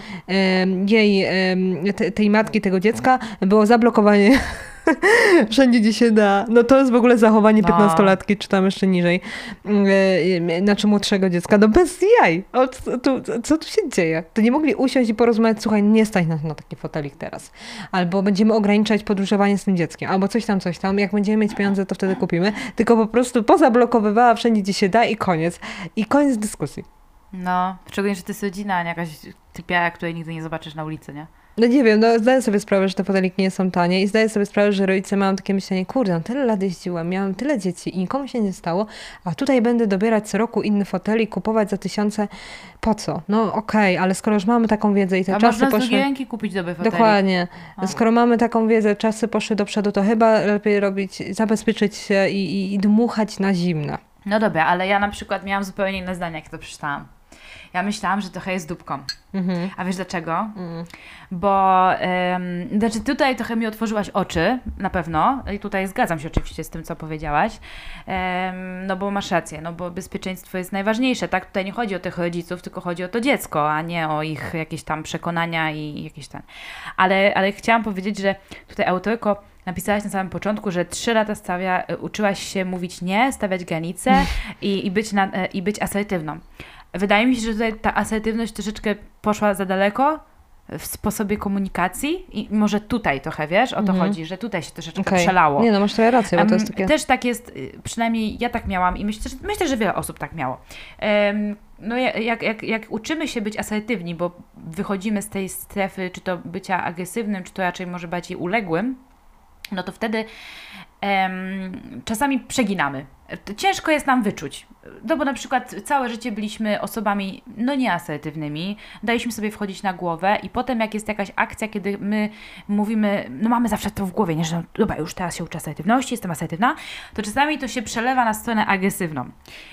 tej matki, tego dziecka było zablokowanie wszędzie, gdzie się da. No to jest w ogóle zachowanie 15-latki, czy tam jeszcze niżej, znaczy młodszego dziecka. No bez jaj. Co tu się dzieje? To nie mogli usiąść i porozmawiać, słuchaj, nie stać nas na taki fotelik teraz. Albo będziemy ograniczać podróżowanie z tym dzieckiem, albo coś tam. Jak będziemy mieć pieniądze, to wtedy kupimy. Tylko po prostu pozablokowywała wszędzie, gdzie się da i koniec. I koniec dyskusji. No, szczególnie, że to jest rodzina, a nie jakaś typiara, której nigdy nie zobaczysz na ulicy, nie? No nie wiem, no zdaję sobie sprawę, że te foteliki nie są tanie i zdaję sobie sprawę, że rodzice mają takie myślenie, kurde, no tyle lat jeździłam, miałam tyle dzieci i nikomu się nie stało, a tutaj będę dobierać co roku inny fotelik, kupować za 1000, po co? No okej, ale skoro już mamy taką wiedzę i te A czasy można z drugiej poszły... ręki kupić dobry fotelik. Dokładnie. Skoro mamy taką wiedzę, czasy poszły do przodu, to chyba lepiej zabezpieczyć się i dmuchać na zimno. No dobra, ale ja na przykład miałam zupełnie inne zdanie, jak to przeczytałam. Ja myślałam, że trochę jest dupką. A wiesz dlaczego? Bo znaczy tutaj trochę mi otworzyłaś oczy, na pewno. I tutaj zgadzam się oczywiście z tym, co powiedziałaś. No bo masz rację, no bo bezpieczeństwo jest najważniejsze, tak? Tutaj nie chodzi o tych rodziców, tylko chodzi o to dziecko, a nie o ich jakieś tam przekonania i jakieś tam... Ale chciałam powiedzieć, że tutaj autorko napisałaś na samym początku, że 3 lata uczyłaś się mówić nie, stawiać granice i być asertywną. Wydaje mi się, że tutaj ta asertywność troszeczkę poszła za daleko w sposobie komunikacji i może tutaj trochę, wiesz, o to chodzi, że tutaj się troszeczkę przelało. Nie, no masz trochę rację, bo to jest takie... Też tak jest, przynajmniej ja tak miałam i myślę, że wiele osób tak miało. No jak uczymy się być asertywni, bo wychodzimy z tej strefy, czy to bycia agresywnym, czy to raczej może bardziej uległym, no to wtedy czasami przeginamy. Ciężko jest nam wyczuć. No bo na przykład całe życie byliśmy osobami nieasertywnymi, daliśmy sobie wchodzić na głowę i potem jak jest jakaś akcja, kiedy my mówimy, no mamy zawsze to w głowie, nie, że no, dobra, już teraz się uczę asertywności, jestem asertywna, to czasami to się przelewa na stronę agresywną.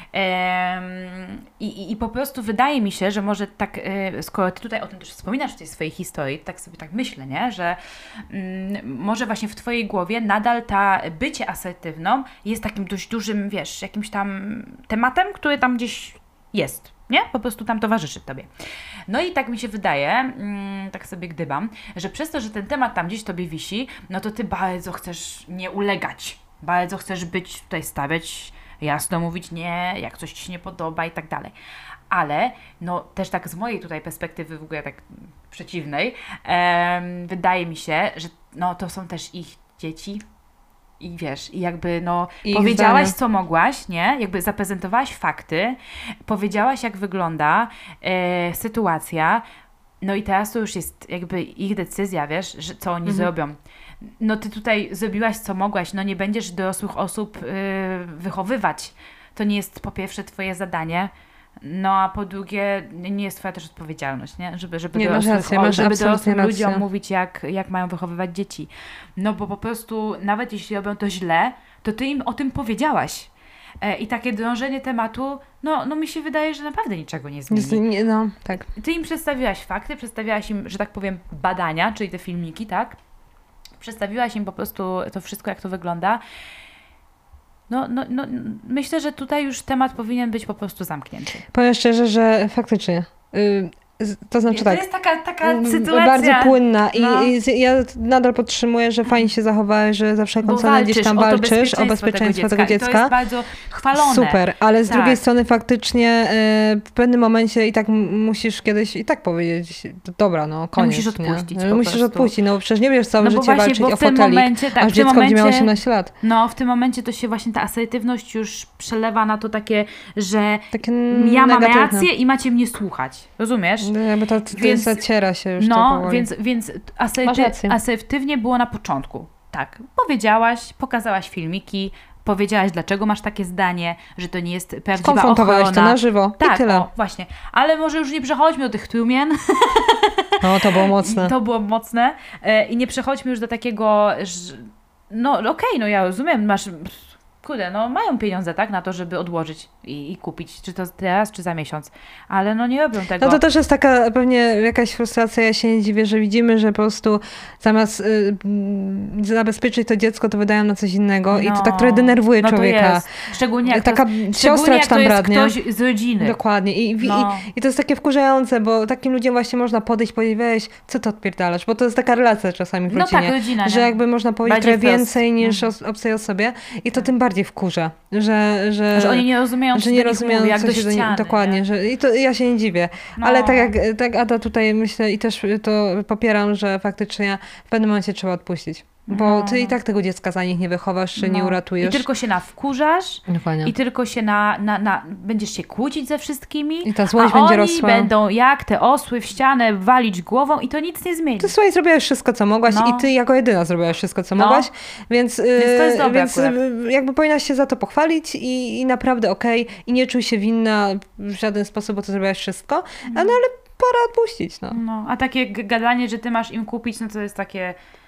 I po prostu wydaje mi się, że może tak, skoro Ty tutaj o tym też wspominasz w tej swojej historii, tak sobie tak myślę, nie, że może właśnie w Twojej głowie nadal ta bycie asertywną jest takim dość dużym, wiesz, jakimś tam tematem, który tam gdzieś jest, nie? Po prostu tam towarzyszy Tobie. No i tak mi się wydaje, tak sobie gdybam, że przez to, że ten temat tam gdzieś Tobie wisi, no to Ty bardzo chcesz nie ulegać, bardzo chcesz być tutaj, stawiać, jasno mówić nie, jak coś Ci się nie podoba i tak dalej. Ale no też tak z mojej tutaj perspektywy w ogóle tak przeciwnej, wydaje mi się, że no to są też ich dzieci. I wiesz, i jakby no powiedziałaś co mogłaś, nie? Jakby zaprezentowałaś fakty, powiedziałaś jak wygląda sytuacja, no i teraz to już jest jakby ich decyzja, wiesz, że co oni zrobią. No Ty tutaj zrobiłaś co mogłaś, no nie będziesz dorosłych osób wychowywać. To nie jest po pierwsze Twoje zadanie, no a po drugie nie jest Twoja też odpowiedzialność, nie? Żeby dorosłym ludziom mówić jak mają wychowywać dzieci. No bo po prostu nawet jeśli robią to źle, to Ty im o tym powiedziałaś. I takie drążenie tematu, no mi się wydaje, że naprawdę niczego nie zmieni. No, tak. Ty im przedstawiłaś fakty, przedstawiłaś im, że tak powiem, badania, czyli te filmiki, tak? Przedstawiłaś im po prostu to wszystko, jak to wygląda. No, myślę, że tutaj już temat powinien być po prostu zamknięty. Powiem szczerze, że faktycznie. To znaczy to jest taka sytuacja. Bardzo płynna no. i ja nadal podtrzymuję, że fajnie się zachowałeś, że za wszelką cenę gdzieś tam walczysz o bezpieczeństwo tego dziecka. I to jest bardzo chwalone. Super, ale z drugiej strony faktycznie w pewnym momencie i tak musisz kiedyś i tak powiedzieć, dobra, no koniec. Musisz odpuścić. Musisz odpuścić, no bo przecież nie będziesz całe życie właśnie, walczyć o fotelik, momencie, aż dziecko będzie miało 18 lat. No w tym momencie to się właśnie ta asertywność już przelewa na to takie, że takie ja mam rację i macie mnie słuchać. Rozumiesz? Bo to zaciera się już. No, więc asertywnie było na początku. Tak, powiedziałaś, pokazałaś filmiki, powiedziałaś, dlaczego masz takie zdanie, że to nie jest prawdziwa ochrona. Skonfrontowałeś to na żywo tak, i tyle. O, właśnie. Ale może już nie przechodźmy do tych trumien. No, to było mocne. To było mocne. I nie przechodźmy już do takiego, że no okej, no ja rozumiem, masz... Kurde, no mają pieniądze, tak, na to, żeby odłożyć i kupić, czy to teraz, czy za miesiąc, ale no nie robią tego. No to też jest taka pewnie jakaś frustracja, ja się nie dziwię, że widzimy, że po prostu zamiast zabezpieczyć to dziecko, to wydają na coś innego i to tak trochę denerwuje człowieka. To jest. Szczególnie jak taka siostra czy tam brat, nie? Ktoś z rodziny. Dokładnie. I to jest takie wkurzające, bo takim ludziom właśnie można podejść, powiedzieć, weź, co ty odpierdalasz, bo to jest taka relacja czasami w rodzinie, tak, rodzina, że jakby można powiedzieć bardziej trochę więcej niż obcej osobie i to tym bardziej wkurza, że oni nie rozumieją, że nie rozumieją, mówi, jak co się do ściany, dokładnie, i to ja się nie dziwię. Ale tak Ada tutaj myślę i też to popieram, że faktycznie w pewnym momencie trzeba odpuścić. Bo ty i tak tego dziecka za nich nie wychowasz, czy nie uratujesz. I tylko się nawkurzasz. Dokładnie. I tylko się będziesz się kłócić ze wszystkimi. I ta złość będzie rosła. Oni będą jak te osły w ścianę walić głową i to nic nie zmieni. Ty słuchaj, zrobiłaś wszystko, co mogłaś i ty jako jedyna zrobiłaś wszystko, co mogłaś. Więc to jest dobre jakby powinnaś się za to pochwalić i naprawdę okej. I nie czuj się winna w żaden sposób, bo to zrobiłaś wszystko. Ale pora odpuścić. No. A takie gadanie, że ty masz im kupić, no to jest takie...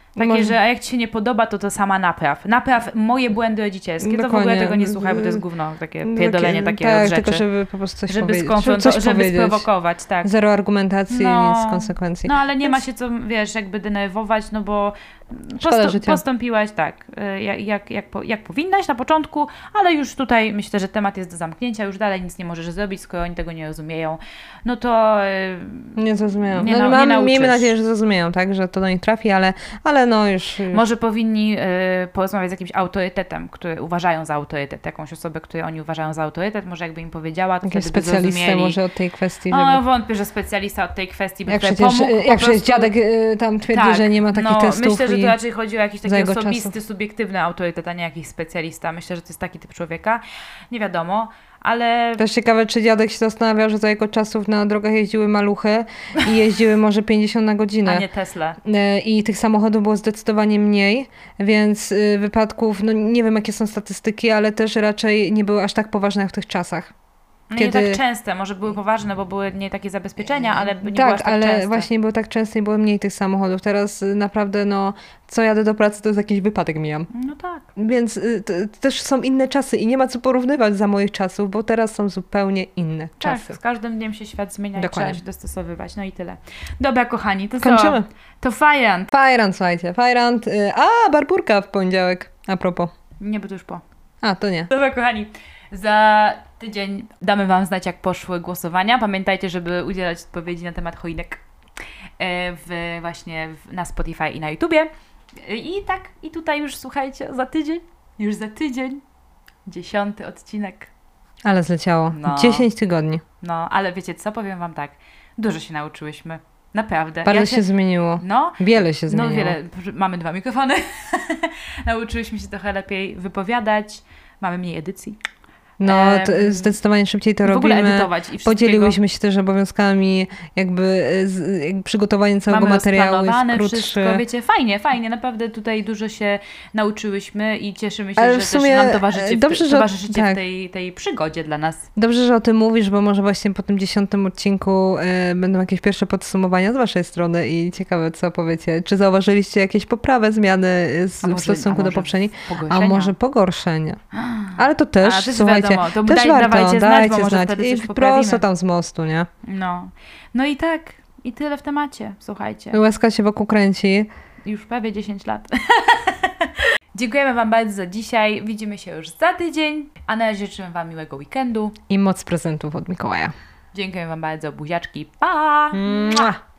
Takie, Może- że a jak ci się nie podoba, to sama napraw. Napraw moje błędy rodzicielskie. To w ogóle Dokładnie. tego nie słuchaj, bo to jest gówno, takie pierdolenie takie tak, rzeczy. tylko żeby po prostu coś żeby powiedzieć. żeby powiedzieć. sprowokować, tak. Zero argumentacji, No. nic konsekwencji. No ale nie ma się co, wiesz, jakby denerwować, no bo Szkoda życia. postąpiłaś tak, jak powinnaś na początku, ale już tutaj myślę, że temat jest do zamknięcia, już dalej nic nie możesz zrobić, skoro oni tego nie rozumieją. No to Nie zrozumieją. Nie No, nau- nie nauczysz. miejmy nadzieję, że zrozumieją, tak, że to do nich trafi, ale no już... może powinni porozmawiać z jakimś autorytetem, który uważają za autorytet, jakąś osobę, której oni uważają za autorytet, może jakby im powiedziała, to Jakieś wtedy by specjalistę zrozumieli. może od tej kwestii, żeby... No, wątpię, że specjalista od tej kwestii by jak tutaj przecież, pomógł. jak po przecież prostu- dziadek tam twierdzi, tak, że nie ma takich no, testów myślę, że i... to raczej chodzi o jakiś za taki jego osobisty, czasów. subiektywny autorytet, a nie jakiś specjalista. Myślę, że to jest taki typ człowieka. Nie wiadomo, ale Też ciekawe, czy dziadek się zastanawiał, że za jego czasów na drogach jeździły maluchy i jeździły może 50 na godzinę. a nie Tesla. I tych samochodów było zdecydowanie mniej, więc wypadków, no nie wiem jakie są statystyki, ale też raczej nie były aż tak poważne jak w tych czasach. No Kiedy- nie tak częste, może były poważne, bo były nie takie zabezpieczenia, ale nie było aż Tak, tak ale częste. właśnie było tak często i było mniej tych samochodów. Teraz naprawdę, no, co jadę do pracy, to jest jakiś wypadek mijam. No tak. Więc też są inne czasy i nie ma co porównywać za moich czasów, bo teraz są zupełnie inne czasy. Tak, z każdym dniem się świat zmienia i Dokładnie. trzeba się dostosowywać. No i tyle. Dobra, kochani, to Kończymy. co? To Fajant. Fajrant, słuchajcie, Fajrant. Barburka w poniedziałek, a propos. Nie, bo to już po. A, to nie. Dobra, kochani, za tydzień damy Wam znać, jak poszły głosowania. Pamiętajcie, żeby udzielać odpowiedzi na temat choinek na Spotify i na YouTubie. I tutaj już, słuchajcie, już za tydzień, 10. odcinek. Ale zleciało. No. 10 tygodni. No, ale wiecie co, powiem Wam tak, dużo się nauczyłyśmy. Naprawdę. Bardzo się zmieniło. No, Wiele się zmieniło. no wiele. Mamy 2 mikrofony. Nauczyłyśmy się trochę lepiej wypowiadać. Mamy mniej edycji. No, to zdecydowanie szybciej to I w ogóle robimy. edytować i wszystkiego. Podzieliłyśmy się też obowiązkami, jakby przygotowanie całego Mamy materiału jest rozplanowane krótsze. wszystko, wiecie, fajnie, naprawdę tutaj dużo się nauczyłyśmy i cieszymy się, Ale że w sumie, też nam towarzyszycie, dobrze, że- towarzyszycie tak. w tej przygodzie dla nas. Dobrze, że o tym mówisz, bo może właśnie po tym 10 odcinku będą jakieś pierwsze podsumowania z waszej strony i ciekawe, co powiecie. Czy zauważyliście jakieś poprawę, zmiany w stosunku do poprzednich? A może pogorszenia? Ale to też, A, też słuchajcie, wiadomo, to też dawajcie znać, bo może wtedy I coś poprawimy. prosto tam z mostu, nie? No i tak, i tyle w temacie, słuchajcie. Łezka się wokół kręci. Już prawie 10 lat. Dziękujemy Wam bardzo za dzisiaj. Widzimy się już za tydzień. A na razie życzymy Wam miłego weekendu. I moc prezentów od Mikołaja. Dziękuję Wam bardzo. Buziaczki. Pa! Mua!